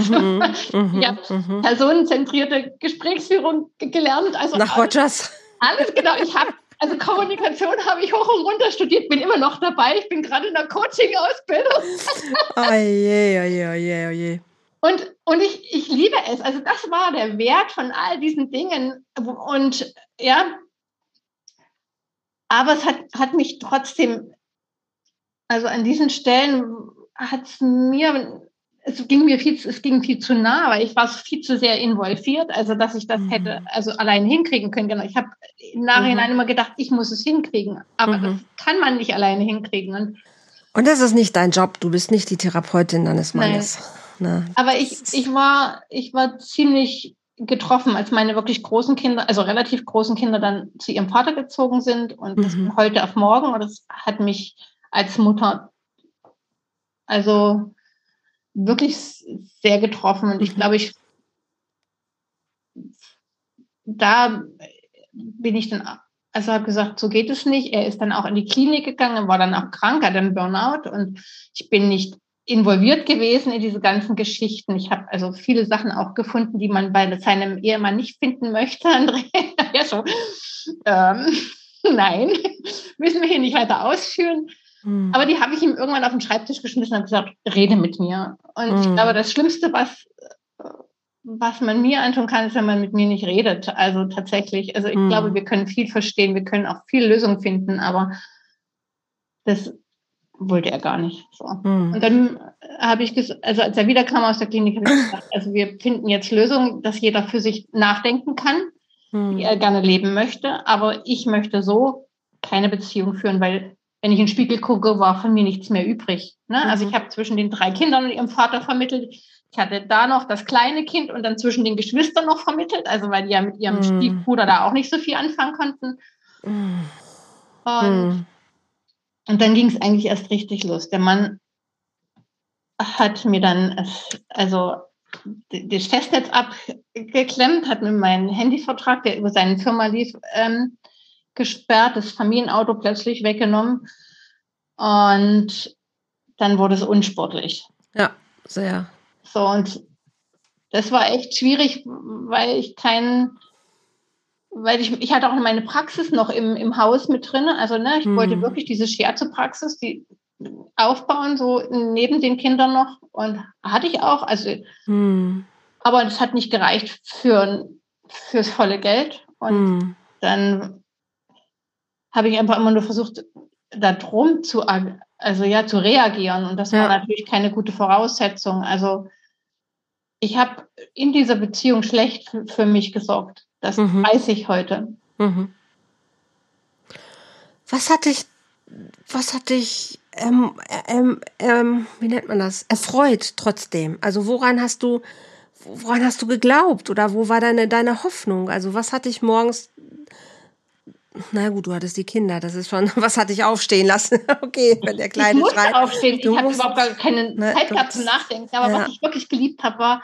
personenzentrierte Gesprächsführung gelernt. Also nach Rogers. Alles genau. Also Kommunikation habe ich hoch und runter studiert, bin immer noch dabei. Ich bin gerade in der Coaching-Ausbildung. Oje. Und ich liebe es. Also das war der Wert von all diesen Dingen. Und ja, aber es hat mich trotzdem, also an diesen Stellen es ging viel zu nah, weil ich war viel zu sehr involviert, also dass ich das hätte also allein hinkriegen können. Genau. Ich habe im Nachhinein immer gedacht, ich muss es hinkriegen, aber das kann man nicht alleine hinkriegen. Und das ist nicht dein Job, du bist nicht die Therapeutin deines Mannes. Ne? Aber ich war ziemlich getroffen, als meine wirklich großen Kinder, also relativ großen Kinder dann zu ihrem Vater gezogen sind und das von heute auf morgen, und das hat mich als Mutter also wirklich sehr getroffen. Und ich glaube, da bin ich dann, also habe gesagt, so geht es nicht. Er ist dann auch in die Klinik gegangen, war dann auch krank, hat einen Burnout und ich bin nicht involviert gewesen in diese ganzen Geschichten. Ich habe also viele Sachen auch gefunden, die man bei seinem Ehemann nicht finden möchte. Ja, so, nein, müssen wir hier nicht weiter ausführen. Aber die habe ich ihm irgendwann auf den Schreibtisch geschmissen und gesagt, rede mit mir. Und ich glaube, das Schlimmste, was man mir antun kann, ist, wenn man mit mir nicht redet. Also tatsächlich, also ich glaube, wir können viel verstehen, wir können auch viel Lösung finden, aber das wollte er gar nicht. So. Und dann habe ich gesagt, also als er wiederkam aus der Klinik, habe ich gesagt, also wir finden jetzt Lösungen, dass jeder für sich nachdenken kann, wie er gerne leben möchte, aber ich möchte so keine Beziehung führen, weil wenn ich in den Spiegel gucke, war von mir nichts mehr übrig. Ne? Also ich habe zwischen den 3 Kindern und ihrem Vater vermittelt. Ich hatte da noch das kleine Kind und dann zwischen den Geschwistern noch vermittelt, also weil die ja mit ihrem Stiefbruder da auch nicht so viel anfangen konnten. Und dann ging es eigentlich erst richtig los. Der Mann hat mir dann also das Festnetz abgeklemmt, hat mir meinen Handyvertrag, der über seine Firma lief, gesperrt, das Familienauto plötzlich weggenommen und dann wurde es unsportlich. Ja, sehr. So, und das war echt schwierig, weil ich hatte auch meine Praxis noch im Haus mit drin, also ich wollte wirklich diese Shiatsu-Praxis, die aufbauen, so neben den Kindern noch, und hatte ich auch, also aber das hat nicht gereicht fürs volle Geld, und dann habe ich einfach immer nur versucht, da drum zu reagieren. Und das war natürlich keine gute Voraussetzung. Also ich habe in dieser Beziehung schlecht für mich gesorgt. Das weiß ich heute. Mhm. Was hat dich, wie nennt man das, erfreut trotzdem? Also woran hast du geglaubt oder wo war deine Hoffnung? Also was hat dich morgens, na gut, du hattest die Kinder, das ist schon, was hat dich aufstehen lassen? Okay, wenn der Kleine schreit. Ich musste aufstehen, ich habe überhaupt gar keine Zeit gehabt zum Nachdenken, aber was ich wirklich geliebt habe, war,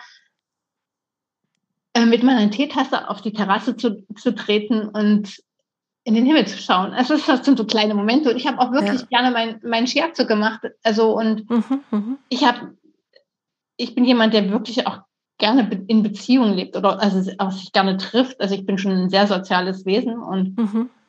mit meiner Teetasse auf die Terrasse zu treten und in den Himmel zu schauen. Also das sind so kleine Momente und ich habe auch wirklich gerne mein Shiatsu gemacht. Also und ich bin jemand, der wirklich auch gerne in Beziehungen lebt oder also auch sich gerne trifft. Also ich bin schon ein sehr soziales Wesen und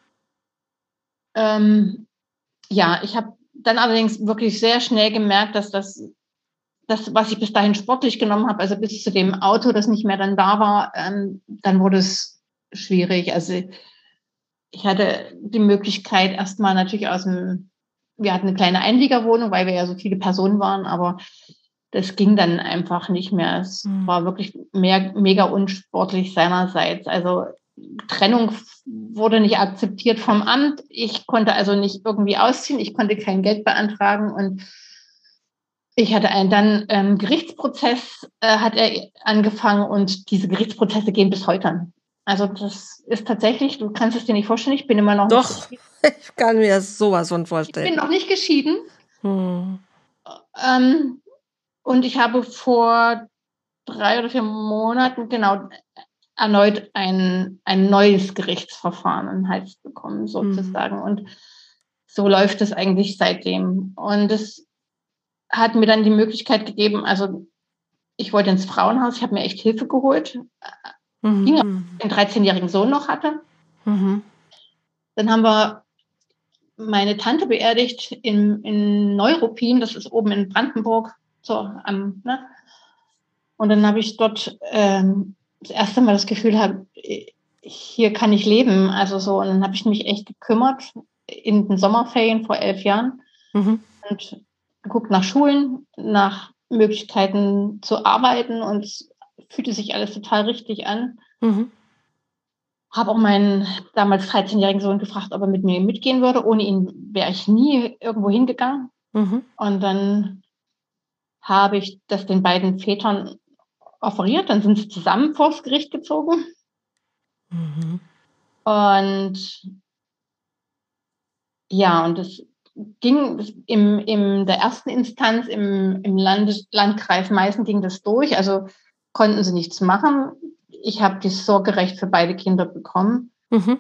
ich habe dann allerdings wirklich sehr schnell gemerkt, dass das, was ich bis dahin sportlich genommen habe, also bis zu dem Auto, das nicht mehr dann da war, dann wurde es schwierig. Also ich hatte die Möglichkeit erstmal natürlich wir hatten eine kleine Einliegerwohnung, weil wir ja so viele Personen waren, aber das ging dann einfach nicht mehr. Es war wirklich mega unsportlich seinerseits. Also Trennung wurde nicht akzeptiert vom Amt. Ich konnte also nicht irgendwie ausziehen. Ich konnte kein Geld beantragen und ich hatte dann Gerichtsprozess hat er angefangen und diese Gerichtsprozesse gehen bis heute an. Also das ist tatsächlich, du kannst es dir nicht vorstellen, ich bin immer noch nicht geschieden. Doch, ich kann mir das sowas von vorstellen. Ich bin noch nicht geschieden. Und ich habe vor 3 oder 4 Monaten erneut ein neues Gerichtsverfahren in den Hals bekommen, sozusagen. Und so läuft es eigentlich seitdem. Und es hat mir dann die Möglichkeit gegeben, also ich wollte ins Frauenhaus, ich habe mir echt Hilfe geholt, ging, einen 13-jährigen Sohn noch hatte. Dann haben wir meine Tante beerdigt in Neuruppin, das ist oben in Brandenburg, Und dann habe ich dort das erste Mal das Gefühl, hier kann ich leben. Also so, und dann habe ich mich echt gekümmert in den Sommerferien vor 11 Jahren und geguckt nach Schulen, nach Möglichkeiten zu arbeiten und es fühlte sich alles total richtig an. Habe auch meinen damals 13-jährigen Sohn gefragt, ob er mit mir mitgehen würde. Ohne ihn wäre ich nie irgendwo hingegangen. Und dann habe ich das den beiden Vätern offeriert. Dann sind sie zusammen vors Gericht gezogen. Und ja, und es ging in der ersten Instanz im Landkreis Meißen ging das durch. Also konnten sie nichts machen. Ich habe das Sorgerecht für beide Kinder bekommen.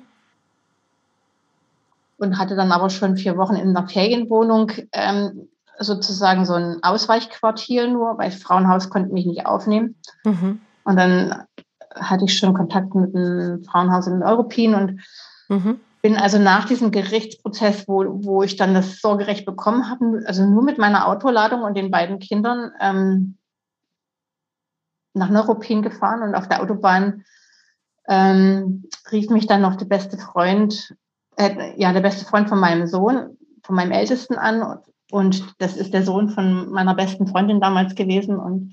Und hatte dann aber schon 4 Wochen in einer Ferienwohnung sozusagen so ein Ausweichquartier nur, weil das Frauenhaus konnte mich nicht aufnehmen. Und dann hatte ich schon Kontakt mit dem Frauenhaus in Neuruppin und bin also nach diesem Gerichtsprozess, wo ich dann das Sorgerecht bekommen habe, also nur mit meiner Autoladung und den beiden Kindern nach Neuruppin gefahren und auf der Autobahn rief mich dann noch der beste Freund von meinem Sohn, von meinem Ältesten an und das ist der Sohn von meiner besten Freundin damals gewesen und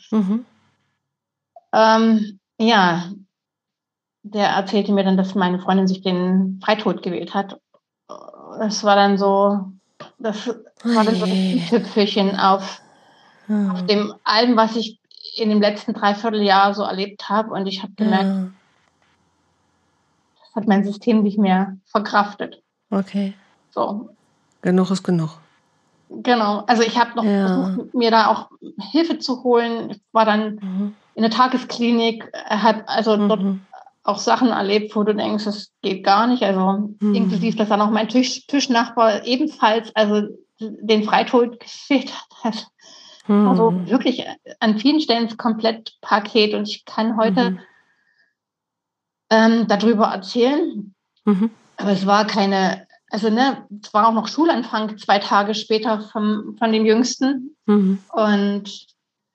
der erzählte mir dann, dass meine Freundin sich den Freitod gewählt hat. Das war dann so das i-Tüpfelchen auf dem allem, was ich in dem letzten Dreivierteljahr so erlebt habe. Und ich habe gemerkt, das hat mein System nicht mehr verkraftet. Okay. So. Genug ist genug. Genau. Also ich habe noch versucht, mir da auch Hilfe zu holen. Ich war dann in der Tagesklinik, habe also dort auch Sachen erlebt, wo du denkst, das geht gar nicht. Also inklusive, dass dann auch mein Tischnachbar ebenfalls also den Freitod gefehlt hat. Also wirklich an vielen Stellen das Komplettpaket. Und ich kann heute darüber erzählen. Aber es war es war auch noch Schulanfang 2 Tage später von dem Jüngsten. Und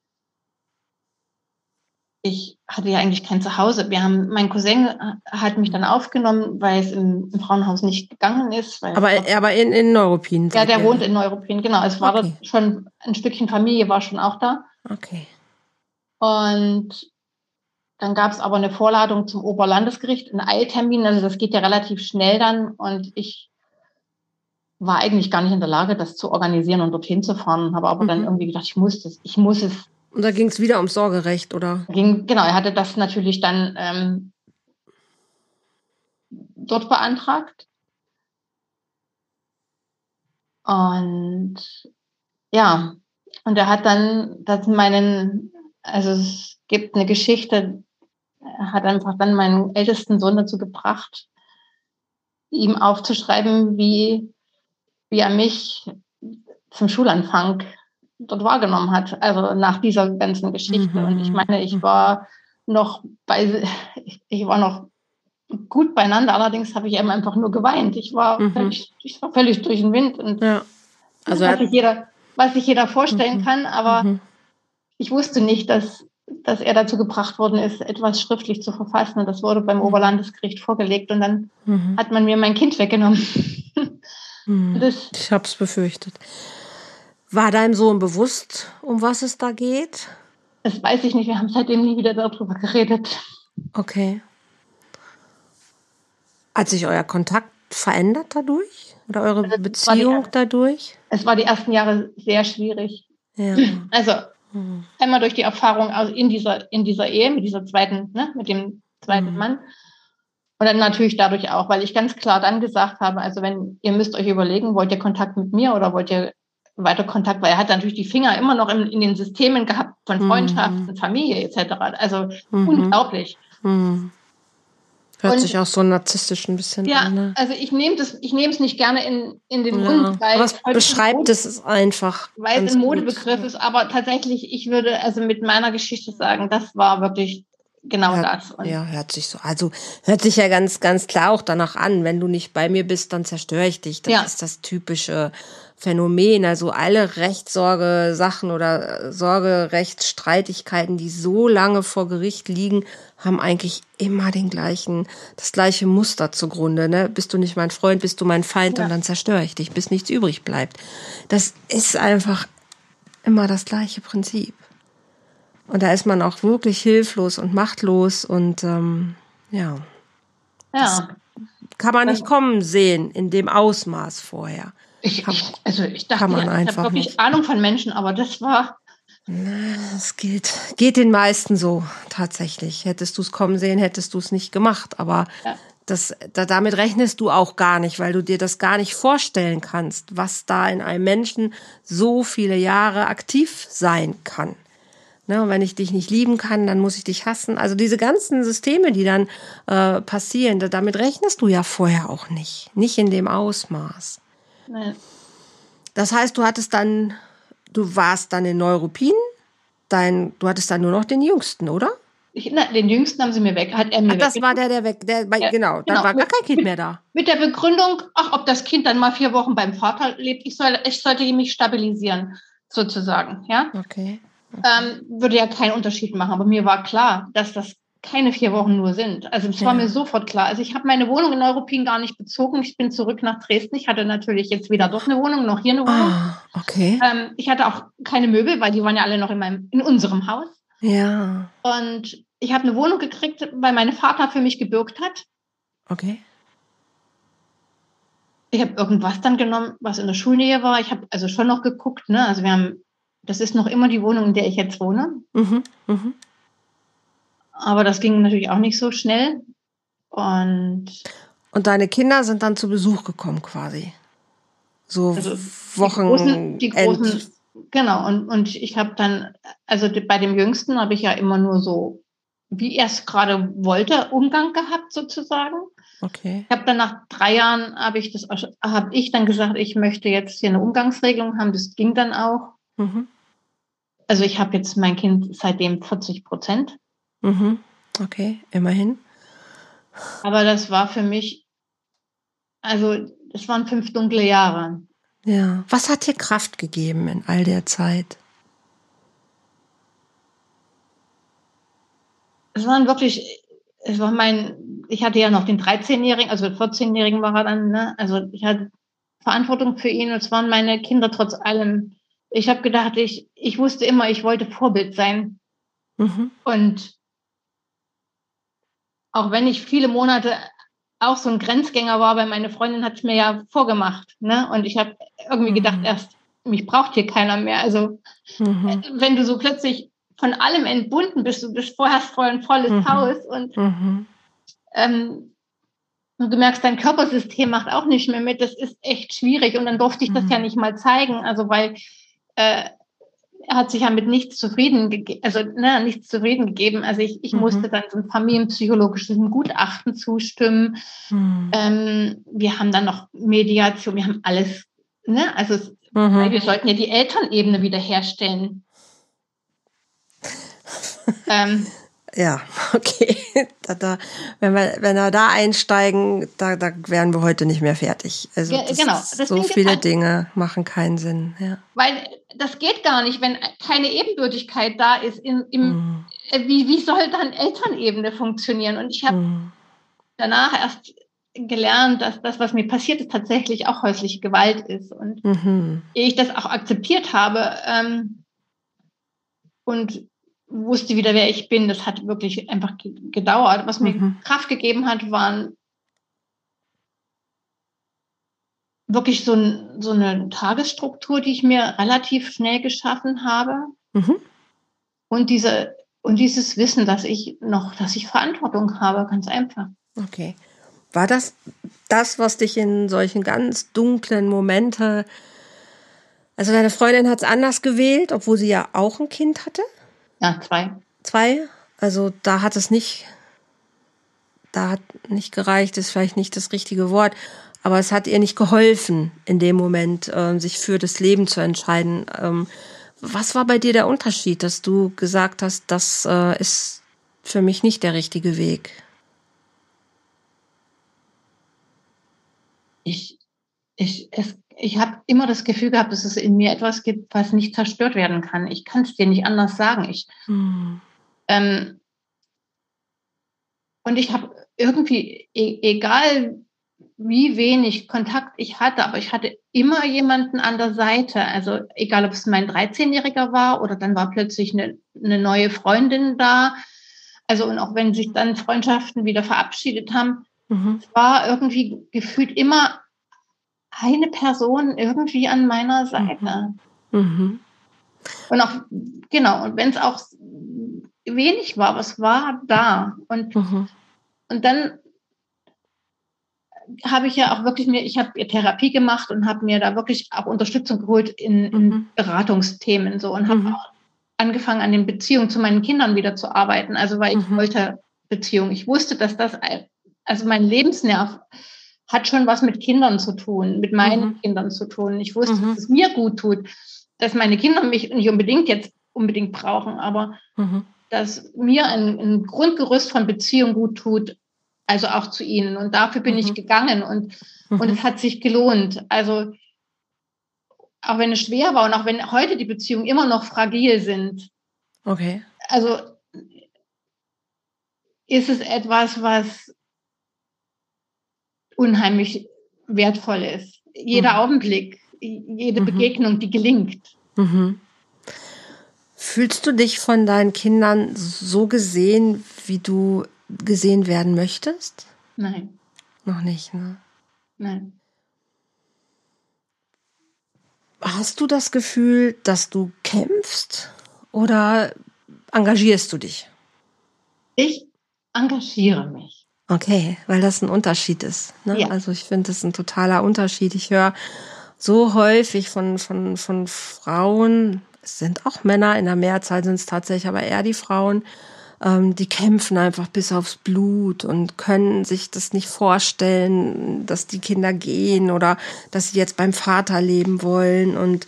ich hatte ja eigentlich kein Zuhause. Mein Cousin hat mich dann aufgenommen, weil es im Frauenhaus nicht gegangen ist. Aber in Neuruppin? Ja, der wohnt in Neuruppin, genau. Es war dort schon ein Stückchen Familie, war schon auch da. Okay. Und dann gab es aber eine Vorladung zum Oberlandesgericht, einen Eiltermin, also das geht ja relativ schnell dann und ich war eigentlich gar nicht in der Lage, das zu organisieren und dorthin zu fahren, habe aber dann irgendwie gedacht, ich muss es. Und da ging es wieder ums Sorgerecht, oder? Genau, er hatte das natürlich dann dort beantragt. Und ja, und er hat dann also es gibt eine Geschichte, er hat einfach dann meinen ältesten Sohn dazu gebracht, ihm aufzuschreiben, wie er mich zum Schulanfang dort wahrgenommen hat, also nach dieser ganzen Geschichte. Und ich meine, ich war noch gut beieinander, allerdings habe ich eben einfach nur geweint. Ich war völlig durch den Wind. Und ja. Also was sich jeder vorstellen kann, aber ich wusste nicht, dass er dazu gebracht worden ist, etwas schriftlich zu verfassen. Und das wurde beim Oberlandesgericht vorgelegt und dann hat man mir mein Kind weggenommen. Ich habe es befürchtet. War deinem Sohn bewusst, um was es da geht? Das weiß ich nicht. Wir haben seitdem nie wieder darüber geredet. Okay. Hat sich euer Kontakt verändert dadurch? Oder eure Beziehung dadurch? Es war die ersten Jahre sehr schwierig. Ja. Also einmal durch die Erfahrung in dieser Ehe mit dieser zweiten, mit dem zweiten Mann. Und dann natürlich dadurch auch, weil ich ganz klar dann gesagt habe, also ihr müsst euch überlegen, wollt ihr Kontakt mit mir oder wollt ihr weiter Kontakt, weil er hat natürlich die Finger immer noch in den Systemen gehabt von Freundschaften, Familie etc. Also unglaublich. Hört sich auch so narzisstisch ein bisschen an. Ne? Also ich nehme es nicht gerne in den Mund, weil was beschreibt es einfach. Weil es ein Modebegriff ist, aber tatsächlich, ich würde also mit meiner Geschichte sagen, das war wirklich genau das. Und hört sich so. Also hört sich ja ganz, ganz klar auch danach an. Wenn du nicht bei mir bist, dann zerstöre ich dich. Das ist das typische Phänomen. Also alle Rechtssorge-Sachen oder Sorgerechtsstreitigkeiten, die so lange vor Gericht liegen, haben eigentlich immer das gleiche Muster zugrunde. Ne? Bist du nicht mein Freund, bist du mein Feind und dann zerstöre ich dich, bis nichts übrig bleibt. Das ist einfach immer das gleiche Prinzip. Und da ist man auch wirklich hilflos und machtlos und das kann man nicht kommen sehen in dem Ausmaß vorher. Ich dachte, ich habe wirklich Ahnung von Menschen, aber das war... Es geht den meisten so, tatsächlich. Hättest du es kommen sehen, hättest du es nicht gemacht. Aber damit rechnest du auch gar nicht, weil du dir das gar nicht vorstellen kannst, was da in einem Menschen so viele Jahre aktiv sein kann. Ne, und wenn ich dich nicht lieben kann, dann muss ich dich hassen. Also diese ganzen Systeme, die dann passieren, damit rechnest du ja vorher auch nicht. Nicht in dem Ausmaß. Nein. Das heißt, du warst dann in Neuruppin, du hattest dann nur noch den Jüngsten, oder? Den Jüngsten haben sie mir weg. Das war der weg. Genau, dann war gar kein Kind mehr da. Mit der Begründung, ob das Kind dann mal 4 Wochen beim Vater lebt, ich sollte mich stabilisieren, sozusagen. Ja? Okay. Würde ja keinen Unterschied machen. Aber mir war klar, dass das keine 4 Wochen nur sind. Also es war mir sofort klar. Also ich habe meine Wohnung in Neuruppin gar nicht bezogen. Ich bin zurück nach Dresden. Ich hatte natürlich jetzt weder dort eine Wohnung, noch hier eine Wohnung. Okay. Ich hatte auch keine Möbel, weil die waren ja alle noch in unserem Haus. Ja. Und ich habe eine Wohnung gekriegt, weil mein Vater für mich gebürgt hat. Okay. Ich habe irgendwas dann genommen, was in der Schulnähe war. Ich habe also schon noch geguckt, ne? Also das ist noch immer die Wohnung, in der ich jetzt wohne. Aber das ging natürlich auch nicht so schnell. Und deine Kinder sind dann zu Besuch gekommen quasi? So also Wochen. Die großen, genau. Und ich habe dann, also bei dem Jüngsten habe ich ja immer nur so, wie er es gerade wollte, Umgang gehabt sozusagen. Okay. Ich habe dann nach 3 Jahren, habe ich dann gesagt, ich möchte jetzt hier eine Umgangsregelung haben. Das ging dann auch. Also ich habe jetzt mein Kind seitdem 40%. Okay, immerhin. Aber das war für mich, also es waren 5 dunkle Jahre. Ja. Was hat dir Kraft gegeben in all der Zeit? Ich hatte ja noch den 13-Jährigen, also 14-Jährigen war er dann, ne? Also ich hatte Verantwortung für ihn und es waren meine Kinder trotz allem. Ich habe gedacht, ich wusste immer, ich wollte Vorbild sein. Und auch wenn ich viele Monate auch so ein Grenzgänger war, weil meine Freundin hat es mir ja vorgemacht, ne? Und ich habe irgendwie gedacht, erst mich braucht hier keiner mehr. Also wenn du so plötzlich von allem entbunden bist, du bist vorher voll ein volles Haus und du merkst, dein Körpersystem macht auch nicht mehr mit. Das ist echt schwierig. Und dann durfte ich das ja nicht mal zeigen, also weil er hat sich ja mit nichts zufrieden gegeben, nichts zufrieden gegeben. Also ich musste dann so ein familienpsychologisches Gutachten zustimmen. Wir haben dann noch Mediation, wir haben alles, ne? Also weil wir sollten ja die Elternebene wiederherstellen. Ja, okay. Wenn wir da einsteigen, da wären wir heute nicht mehr fertig. Also so viele Dinge machen keinen Sinn. Ja. Weil das geht gar nicht, wenn keine Ebenbürtigkeit da ist. Wie soll dann Elternebene funktionieren? Und ich habe danach erst gelernt, dass das, was mir passiert ist, tatsächlich auch häusliche Gewalt ist. Und ehe ich das auch akzeptiert habe und wusste wieder, wer ich bin. Das hat wirklich einfach gedauert. Was mir Kraft gegeben hat, waren wirklich so eine Tagesstruktur, die ich mir relativ schnell geschaffen habe. Und dieses Wissen, dass ich Verantwortung habe, ganz einfach. Okay. War das, was dich in solchen ganz dunklen Momente, also deine Freundin hat es anders gewählt, obwohl sie ja auch ein Kind hatte? Ja, 2. 2? Also da hat nicht gereicht, ist vielleicht nicht das richtige Wort, aber es hat ihr nicht geholfen, in dem Moment sich für das Leben zu entscheiden. Was war bei dir der Unterschied, dass du gesagt hast, das ist für mich nicht der richtige Weg? Ich habe immer das Gefühl gehabt, dass es in mir etwas gibt, was nicht zerstört werden kann. Ich kann es dir nicht anders sagen. Und ich habe irgendwie, egal wie wenig Kontakt ich hatte, aber ich hatte immer jemanden an der Seite. Also egal, ob es mein 13-Jähriger war oder dann war plötzlich eine neue Freundin da. Also und auch wenn sich dann Freundschaften wieder verabschiedet haben, es war irgendwie gefühlt immer eine Person irgendwie an meiner Seite. Und auch, genau, und wenn es auch wenig war, aber es war da. Und dann habe ich ja auch wirklich ich habe Therapie gemacht und habe mir da wirklich auch Unterstützung geholt in Beratungsthemen so und habe auch angefangen, an den Beziehungen zu meinen Kindern wieder zu arbeiten. Also weil ich wollte Beziehung. Ich wusste, dass also mein Lebensnerv hat schon was mit Kindern zu tun, mit meinen Kindern zu tun. Ich wusste, dass es mir gut tut, dass meine Kinder mich nicht unbedingt brauchen, aber dass mir ein Grundgerüst von Beziehung gut tut, also auch zu ihnen. Und dafür bin ich gegangen und es hat sich gelohnt. Also auch wenn es schwer war und auch wenn heute die Beziehungen immer noch fragil sind. Okay. Also ist es etwas, was unheimlich wertvoll ist. Jeder Augenblick, jede Begegnung, die gelingt. Fühlst du dich von deinen Kindern so gesehen, wie du gesehen werden möchtest? Nein. Noch nicht, ne? Nein. Hast du das Gefühl, dass du kämpfst oder engagierst du dich? Ich engagiere mich. Okay, weil das ein Unterschied ist. Ne? Ja. Also ich finde, das ist ein totaler Unterschied. Ich höre so häufig von Frauen, es sind auch Männer, in der Mehrzahl sind es tatsächlich aber eher die Frauen, die kämpfen einfach bis aufs Blut und können sich das nicht vorstellen, dass die Kinder gehen oder dass sie jetzt beim Vater leben wollen. Und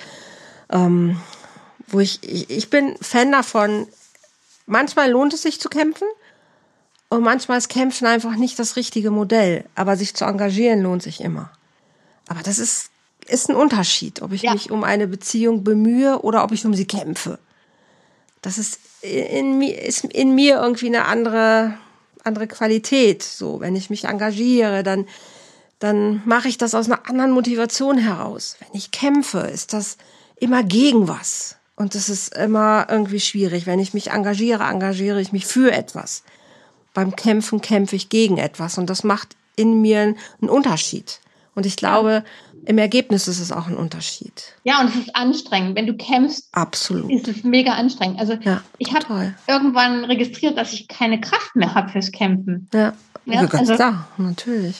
wo ich bin Fan davon, manchmal lohnt es sich zu kämpfen und manchmal ist Kämpfen einfach nicht das richtige Modell. Aber sich zu engagieren lohnt sich immer. Aber das ist ein Unterschied, ob ich mich um eine Beziehung bemühe oder ob ich um sie kämpfe. Das ist in mir irgendwie eine andere Qualität. So, wenn ich mich engagiere, dann mache ich das aus einer anderen Motivation heraus. Wenn ich kämpfe, ist das immer gegen was. Und das ist immer irgendwie schwierig. Wenn ich mich engagiere ich mich für etwas. beim Kämpfen kämpfe ich gegen etwas und das macht in mir einen Unterschied. Und ich glaube, im Ergebnis ist es auch ein Unterschied. Ja, und es ist anstrengend. Wenn du kämpfst, absolut, ist es mega anstrengend. Also ich habe irgendwann registriert, dass ich keine Kraft mehr habe fürs Kämpfen. Ja, ganz klar, natürlich.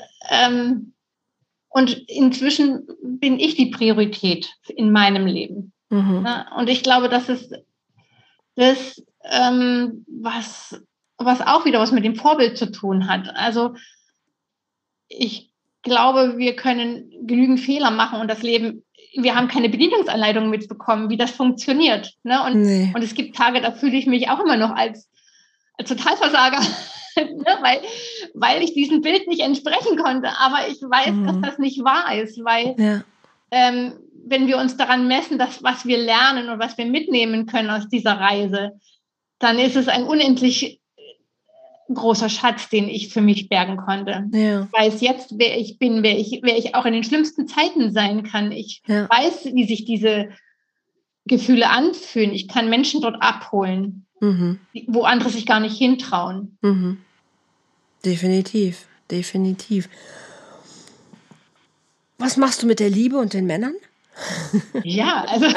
Und inzwischen bin ich die Priorität in meinem Leben. Ja, und ich glaube, das ist das, was auch wieder was mit dem Vorbild zu tun hat. Also ich glaube, wir können genügend Fehler machen und das Leben, wir haben keine Bedienungsanleitung mitbekommen, wie das funktioniert. Ne? Und es gibt Tage, da fühle ich mich auch immer noch als Totalversager, ne? weil ich diesem Bild nicht entsprechen konnte. Aber ich weiß, dass das nicht wahr ist, weil wenn wir uns daran messen, dass was wir lernen und was wir mitnehmen können aus dieser Reise, dann ist es ein unendlich großer Schatz, den ich für mich bergen konnte. Ja. Ich weiß jetzt, wer ich bin, wer ich auch in den schlimmsten Zeiten sein kann. Ich weiß, wie sich diese Gefühle anfühlen. Ich kann Menschen dort abholen, wo andere sich gar nicht hintrauen. Definitiv. Was machst du mit der Liebe und den Männern? Ja, also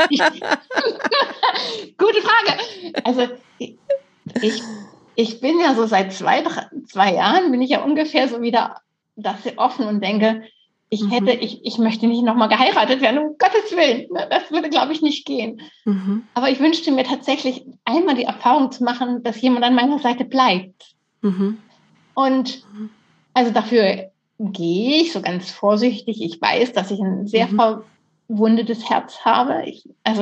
gute Frage. Also ich bin ja so seit 2 Jahren, bin ich ja ungefähr so wieder offen und denke, ich möchte nicht nochmal geheiratet werden, um Gottes Willen. Das würde, glaube ich, nicht gehen. Aber ich wünschte mir tatsächlich einmal die Erfahrung zu machen, dass jemand an meiner Seite bleibt. Und also dafür gehe ich so ganz vorsichtig. Ich weiß, dass ich ein sehr verwundetes Herz habe. Das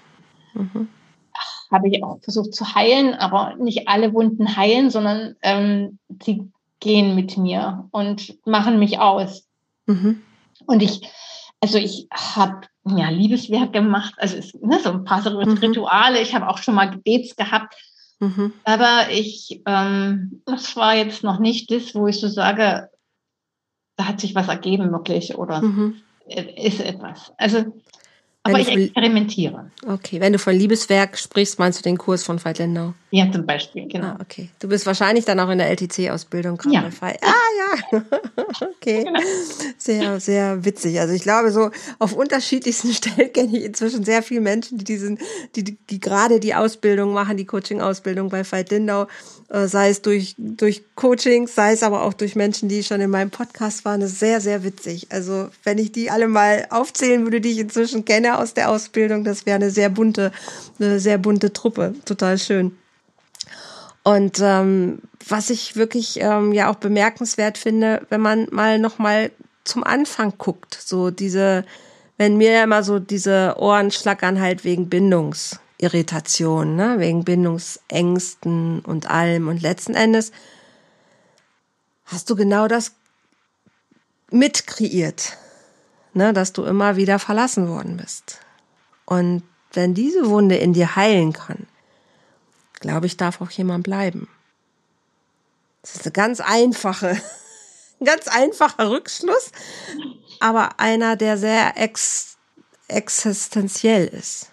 habe ich auch versucht zu heilen, aber nicht alle Wunden heilen, sondern sie gehen mit mir und machen mich aus. Und ich habe Liebeswerk gemacht, also so ein paar Rituale. Ich habe auch schon mal Gebets gehabt, aber das war jetzt noch nicht das, wo ich so sage, da hat sich was ergeben wirklich oder ist etwas. Also aber ich experimentiere. Okay, wenn du von Liebeswerk sprichst, meinst du den Kurs von Veit Lindau? Ja, zum Beispiel, genau. Okay. Du bist wahrscheinlich dann auch in der LTC-Ausbildung gerade bei Veit. Ja. Okay. Genau. Sehr, sehr witzig. Also ich glaube, so auf unterschiedlichsten Stellen kenne ich inzwischen sehr viele Menschen, die gerade die Ausbildung machen, die Coaching-Ausbildung bei Veit Lindau, sei es durch Coachings, sei es aber auch durch Menschen, die schon in meinem Podcast waren. Das ist sehr, sehr witzig. Also wenn ich die alle mal aufzählen würde, die ich inzwischen kenne aus der Ausbildung, das wäre eine sehr bunte Truppe. Total schön. Und was ich wirklich auch bemerkenswert finde, wenn man noch mal zum Anfang guckt, wenn mir immer so diese Ohren schlackern halt wegen Bindungsirritation, ne, wegen Bindungsängsten und allem. Und letzten Endes hast du genau das mitkreiert, ne, dass du immer wieder verlassen worden bist. Und wenn diese Wunde in dir heilen kann, glaube ich, darf auch jemand bleiben. Das ist ein ganz einfacher Rückschluss, aber einer, der sehr existenziell ist.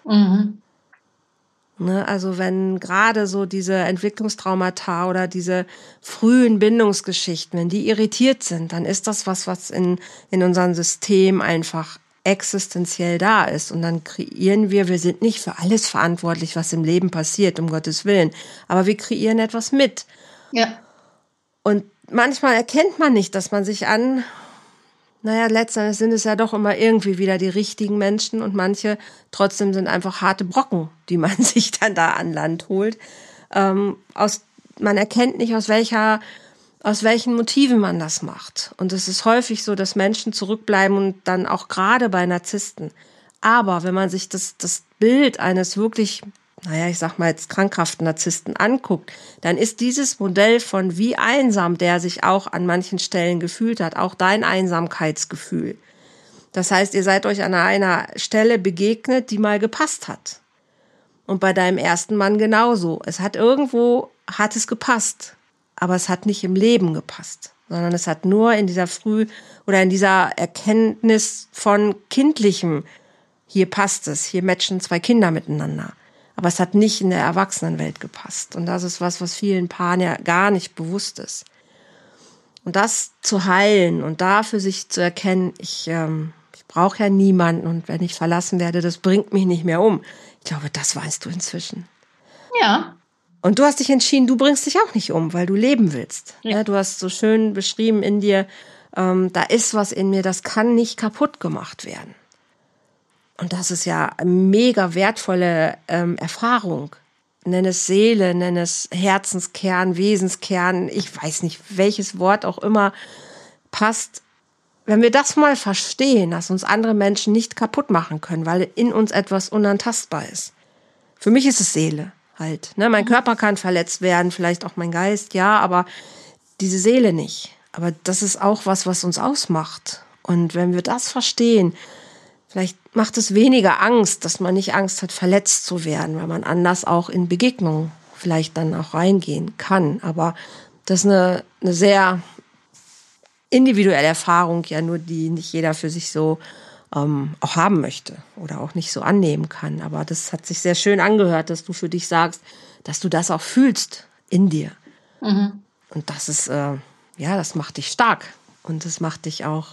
Ne, also wenn gerade so diese Entwicklungstraumata oder diese frühen Bindungsgeschichten, wenn die irritiert sind, dann ist das was in unserem System einfach existenziell da ist. Und dann kreieren wir sind nicht für alles verantwortlich, was im Leben passiert, um Gottes Willen, aber wir kreieren etwas mit. Ja. Und manchmal erkennt man nicht, dass man sich letztendlich sind es ja doch immer irgendwie wieder die richtigen Menschen und manche trotzdem sind einfach harte Brocken, die man sich dann da an Land holt. Man erkennt nicht, aus welchen Motiven man das macht. Und es ist häufig so, dass Menschen zurückbleiben und dann auch gerade bei Narzissten. Aber wenn man sich das Bild eines wirklich, ich sag mal jetzt krankhaften Narzissten anguckt, dann ist dieses Modell von wie einsam der sich auch an manchen Stellen gefühlt hat, auch dein Einsamkeitsgefühl. Das heißt, ihr seid euch an einer Stelle begegnet, die mal gepasst hat. Und bei deinem ersten Mann genauso. Es hat gepasst. Aber es hat nicht im Leben gepasst, sondern es hat nur in dieser in dieser Erkenntnis von Kindlichem, hier passt es, hier matchen 2 Kinder miteinander. Aber es hat nicht in der Erwachsenenwelt gepasst. Und das ist was vielen Paaren ja gar nicht bewusst ist. Und das zu heilen und da für sich zu erkennen, ich brauche ja niemanden und wenn ich verlassen werde, das bringt mich nicht mehr um. Ich glaube, das weißt du inzwischen. Ja. Und du hast dich entschieden, du bringst dich auch nicht um, weil du leben willst. Ja. Du hast so schön beschrieben in dir, da ist was in mir, das kann nicht kaputt gemacht werden. Und das ist ja eine mega wertvolle Erfahrung. Nenn es Seele, nenn es Herzenskern, Wesenskern, ich weiß nicht, welches Wort auch immer passt. Wenn wir das mal verstehen, dass uns andere Menschen nicht kaputt machen können, weil in uns etwas unantastbar ist. Für mich ist es Seele halt. Ne? Mein Körper kann verletzt werden, vielleicht auch mein Geist, ja, aber diese Seele nicht. Aber das ist auch was uns ausmacht. Und wenn wir das verstehen, vielleicht macht es weniger Angst, dass man nicht Angst hat, verletzt zu werden, weil man anders auch in Begegnungen vielleicht dann auch reingehen kann. Aber das ist eine sehr individuelle Erfahrung, ja nur die nicht jeder für sich so auch haben möchte oder auch nicht so annehmen kann. Aber das hat sich sehr schön angehört, dass du für dich sagst, dass du das auch fühlst in dir. Mhm. Und das ist, das macht dich stark und das macht dich auch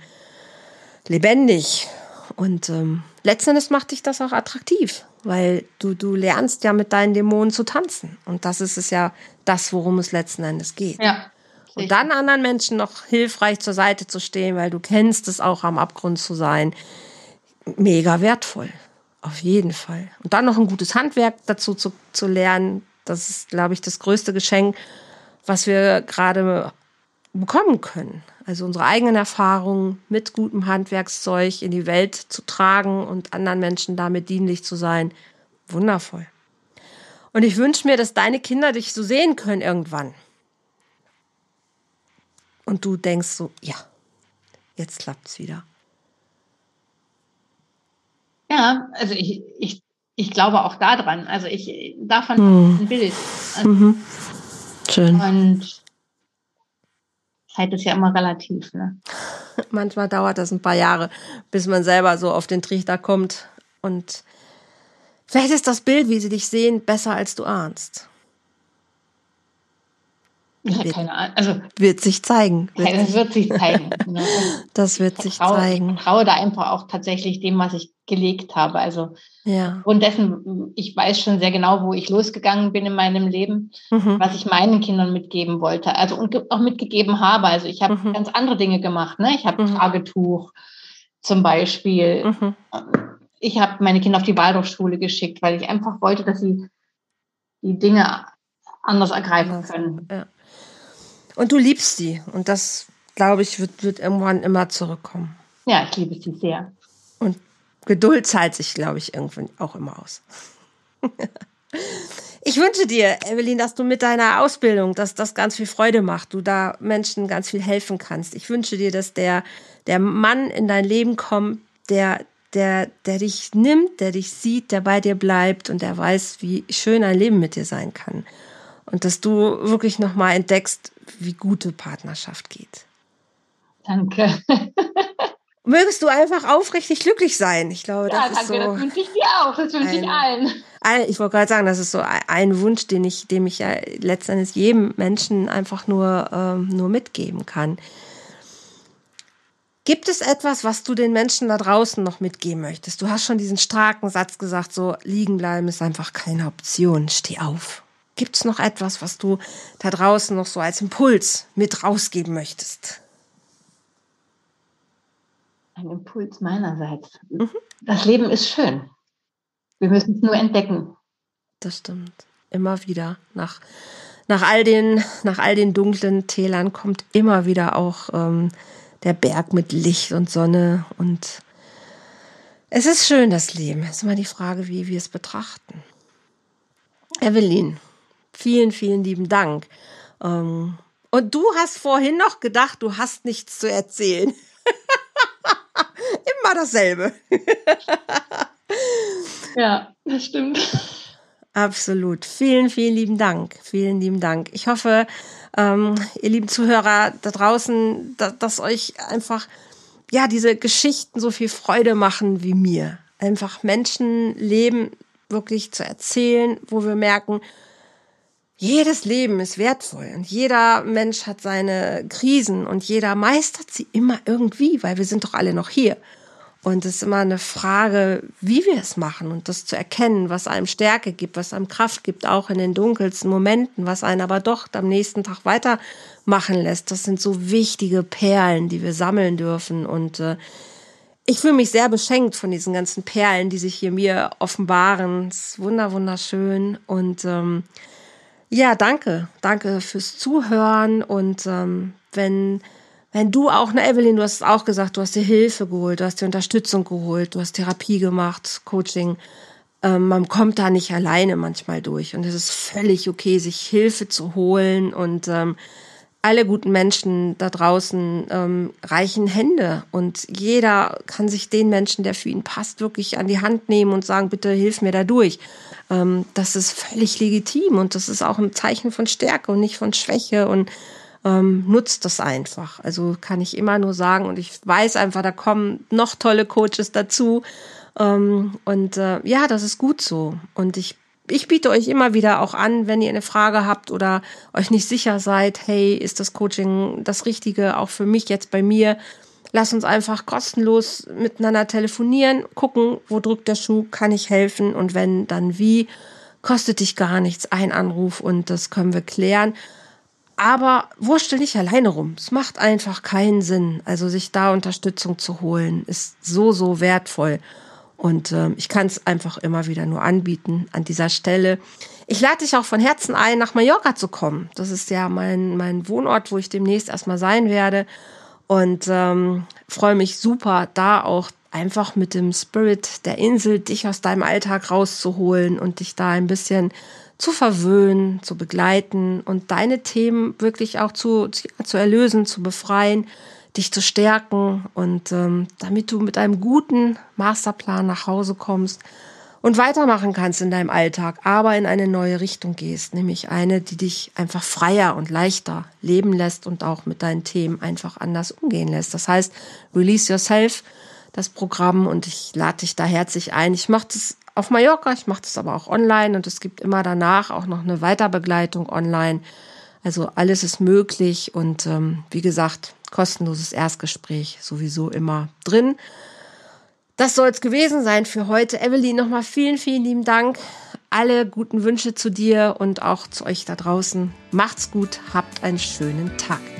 lebendig. Und letzten Endes macht dich das auch attraktiv, weil du lernst ja mit deinen Dämonen zu tanzen. Und das ist es ja das, worum es letzten Endes geht. Ja. Und dann anderen Menschen noch hilfreich zur Seite zu stehen, weil du kennst es auch, am Abgrund zu sein. Mega wertvoll. Auf jeden Fall. Und dann noch ein gutes Handwerk dazu zu lernen. Das ist, glaube ich, das größte Geschenk, was wir gerade bekommen können. Also unsere eigenen Erfahrungen mit gutem Handwerkszeug in die Welt zu tragen und anderen Menschen damit dienlich zu sein. Wundervoll. Und ich wünsche mir, dass deine Kinder dich so sehen können irgendwann. Und du denkst so, ja, jetzt klappt's wieder. Ja, also ich glaube auch daran. Also davon ein Bild. Also, schön. Und Zeit ist ja immer relativ, ne? Manchmal dauert das ein paar Jahre, bis man selber so auf den Trichter kommt. Und vielleicht ist das Bild, wie sie dich sehen, besser als du ahnst. Ja, keine Ahnung. Also, wird sich zeigen. Das wird sich zeigen. Ne? Das wird sich zeigen. Ich vertraue da einfach auch tatsächlich dem, was ich gelegt habe. Also aufgrund dessen, ich weiß schon sehr genau, wo ich losgegangen bin in meinem Leben, was ich meinen Kindern mitgeben wollte. Also und auch mitgegeben habe. Also ich habe ganz andere Dinge gemacht. Ne? Ich habe Tagetuch zum Beispiel. Ich habe meine Kinder auf die Waldorfschule geschickt, weil ich einfach wollte, dass sie die Dinge anders ergreifen können. Ja. Und du liebst sie. Und das, glaube ich, wird irgendwann immer zurückkommen. Ja, ich liebe sie sehr. Und Geduld zahlt sich, glaube ich, irgendwann auch immer aus. Ich wünsche dir, Evelyn, dass du mit deiner Ausbildung, dass das ganz viel Freude macht, du da Menschen ganz viel helfen kannst. Ich wünsche dir, dass der Mann in dein Leben kommt, der dich nimmt, der dich sieht, der bei dir bleibt und der weiß, wie schön ein Leben mit dir sein kann. Und dass du wirklich nochmal entdeckst, wie gute Partnerschaft geht. Danke. Mögest du einfach aufrichtig glücklich sein. Ich glaube, das ist danke, so. Das wünsche ich dir auch. Das wünsche ich allen. Ich wollte gerade sagen, das ist so ein Wunsch, dem ich ja letztendlich jedem Menschen einfach nur mitgeben kann. Gibt es etwas, was du den Menschen da draußen noch mitgeben möchtest? Du hast schon diesen starken Satz gesagt, so liegen bleiben ist einfach keine Option. Steh auf. Gibt es noch etwas, was du da draußen noch so als Impuls mit rausgeben möchtest? Ein Impuls meinerseits. Das Leben ist schön. Wir müssen es nur entdecken. Das stimmt. Immer wieder. Nach all den dunklen Tälern kommt immer wieder auch der Berg mit Licht und Sonne. Und es ist schön, das Leben. Es ist immer die Frage, wie wir es betrachten. Evelyn, vielen, vielen lieben Dank. Und du hast vorhin noch gedacht, du hast nichts zu erzählen. Immer dasselbe. Ja, das stimmt. Absolut. Vielen, vielen lieben Dank. Vielen lieben Dank. Ich hoffe, ihr lieben Zuhörer da draußen, dass euch einfach diese Geschichten so viel Freude machen wie mir. Einfach Menschenleben wirklich zu erzählen, wo wir merken, jedes Leben ist wertvoll und jeder Mensch hat seine Krisen und jeder meistert sie immer irgendwie, weil wir sind doch alle noch hier. Und es ist immer eine Frage, wie wir es machen und das zu erkennen, was einem Stärke gibt, was einem Kraft gibt, auch in den dunkelsten Momenten, was einen aber doch am nächsten Tag weitermachen lässt. Das sind so wichtige Perlen, die wir sammeln dürfen. Und ich fühle mich sehr beschenkt von diesen ganzen Perlen, die sich hier mir offenbaren. Es ist wunderschön und ja, danke. Danke fürs Zuhören. Und wenn du auch, Evelyn, du hast es auch gesagt, du hast dir Hilfe geholt, du hast dir Unterstützung geholt, du hast Therapie gemacht, Coaching. Man kommt da nicht alleine manchmal durch. Und es ist völlig okay, sich Hilfe zu holen. Und alle guten Menschen da draußen reichen Hände. Und jeder kann sich den Menschen, der für ihn passt, wirklich an die Hand nehmen und sagen, bitte hilf mir da durch. Das ist völlig legitim und das ist auch ein Zeichen von Stärke und nicht von Schwäche und nutzt das einfach. Also kann ich immer nur sagen und ich weiß einfach, da kommen noch tolle Coaches dazu ja, das ist gut so und ich biete euch immer wieder auch an, wenn ihr eine Frage habt oder euch nicht sicher seid, hey, ist das Coaching das Richtige auch für mich jetzt bei mir? Lass uns einfach kostenlos miteinander telefonieren, gucken, wo drückt der Schuh, kann ich helfen und wenn, dann wie, kostet dich gar nichts, ein Anruf und das können wir klären. Aber wurschtel nicht alleine rum, es macht einfach keinen Sinn. Also sich da Unterstützung zu holen, ist so wertvoll und ich kann es einfach immer wieder nur anbieten an dieser Stelle. Ich lade dich auch von Herzen ein, nach Mallorca zu kommen. Das ist ja mein Wohnort, wo ich demnächst erstmal sein werde. Und freue mich super, da auch einfach mit dem Spirit der Insel dich aus deinem Alltag rauszuholen und dich da ein bisschen zu verwöhnen, zu begleiten und deine Themen wirklich auch zu erlösen, zu befreien, dich zu stärken und damit du mit einem guten Masterplan nach Hause kommst und weitermachen kannst in deinem Alltag, aber in eine neue Richtung gehst, nämlich eine, die dich einfach freier und leichter leben lässt und auch mit deinen Themen einfach anders umgehen lässt. Das heißt, Release Yourself, das Programm und ich lade dich da herzlich ein. Ich mache das auf Mallorca, ich mache das aber auch online und es gibt immer danach auch noch eine Weiterbegleitung online. Also alles ist möglich und wie gesagt, kostenloses Erstgespräch sowieso immer drin. Das soll es gewesen sein für heute. Evelyn, nochmal vielen lieben Dank. Alle guten Wünsche zu dir und auch zu euch da draußen. Macht's gut, habt einen schönen Tag.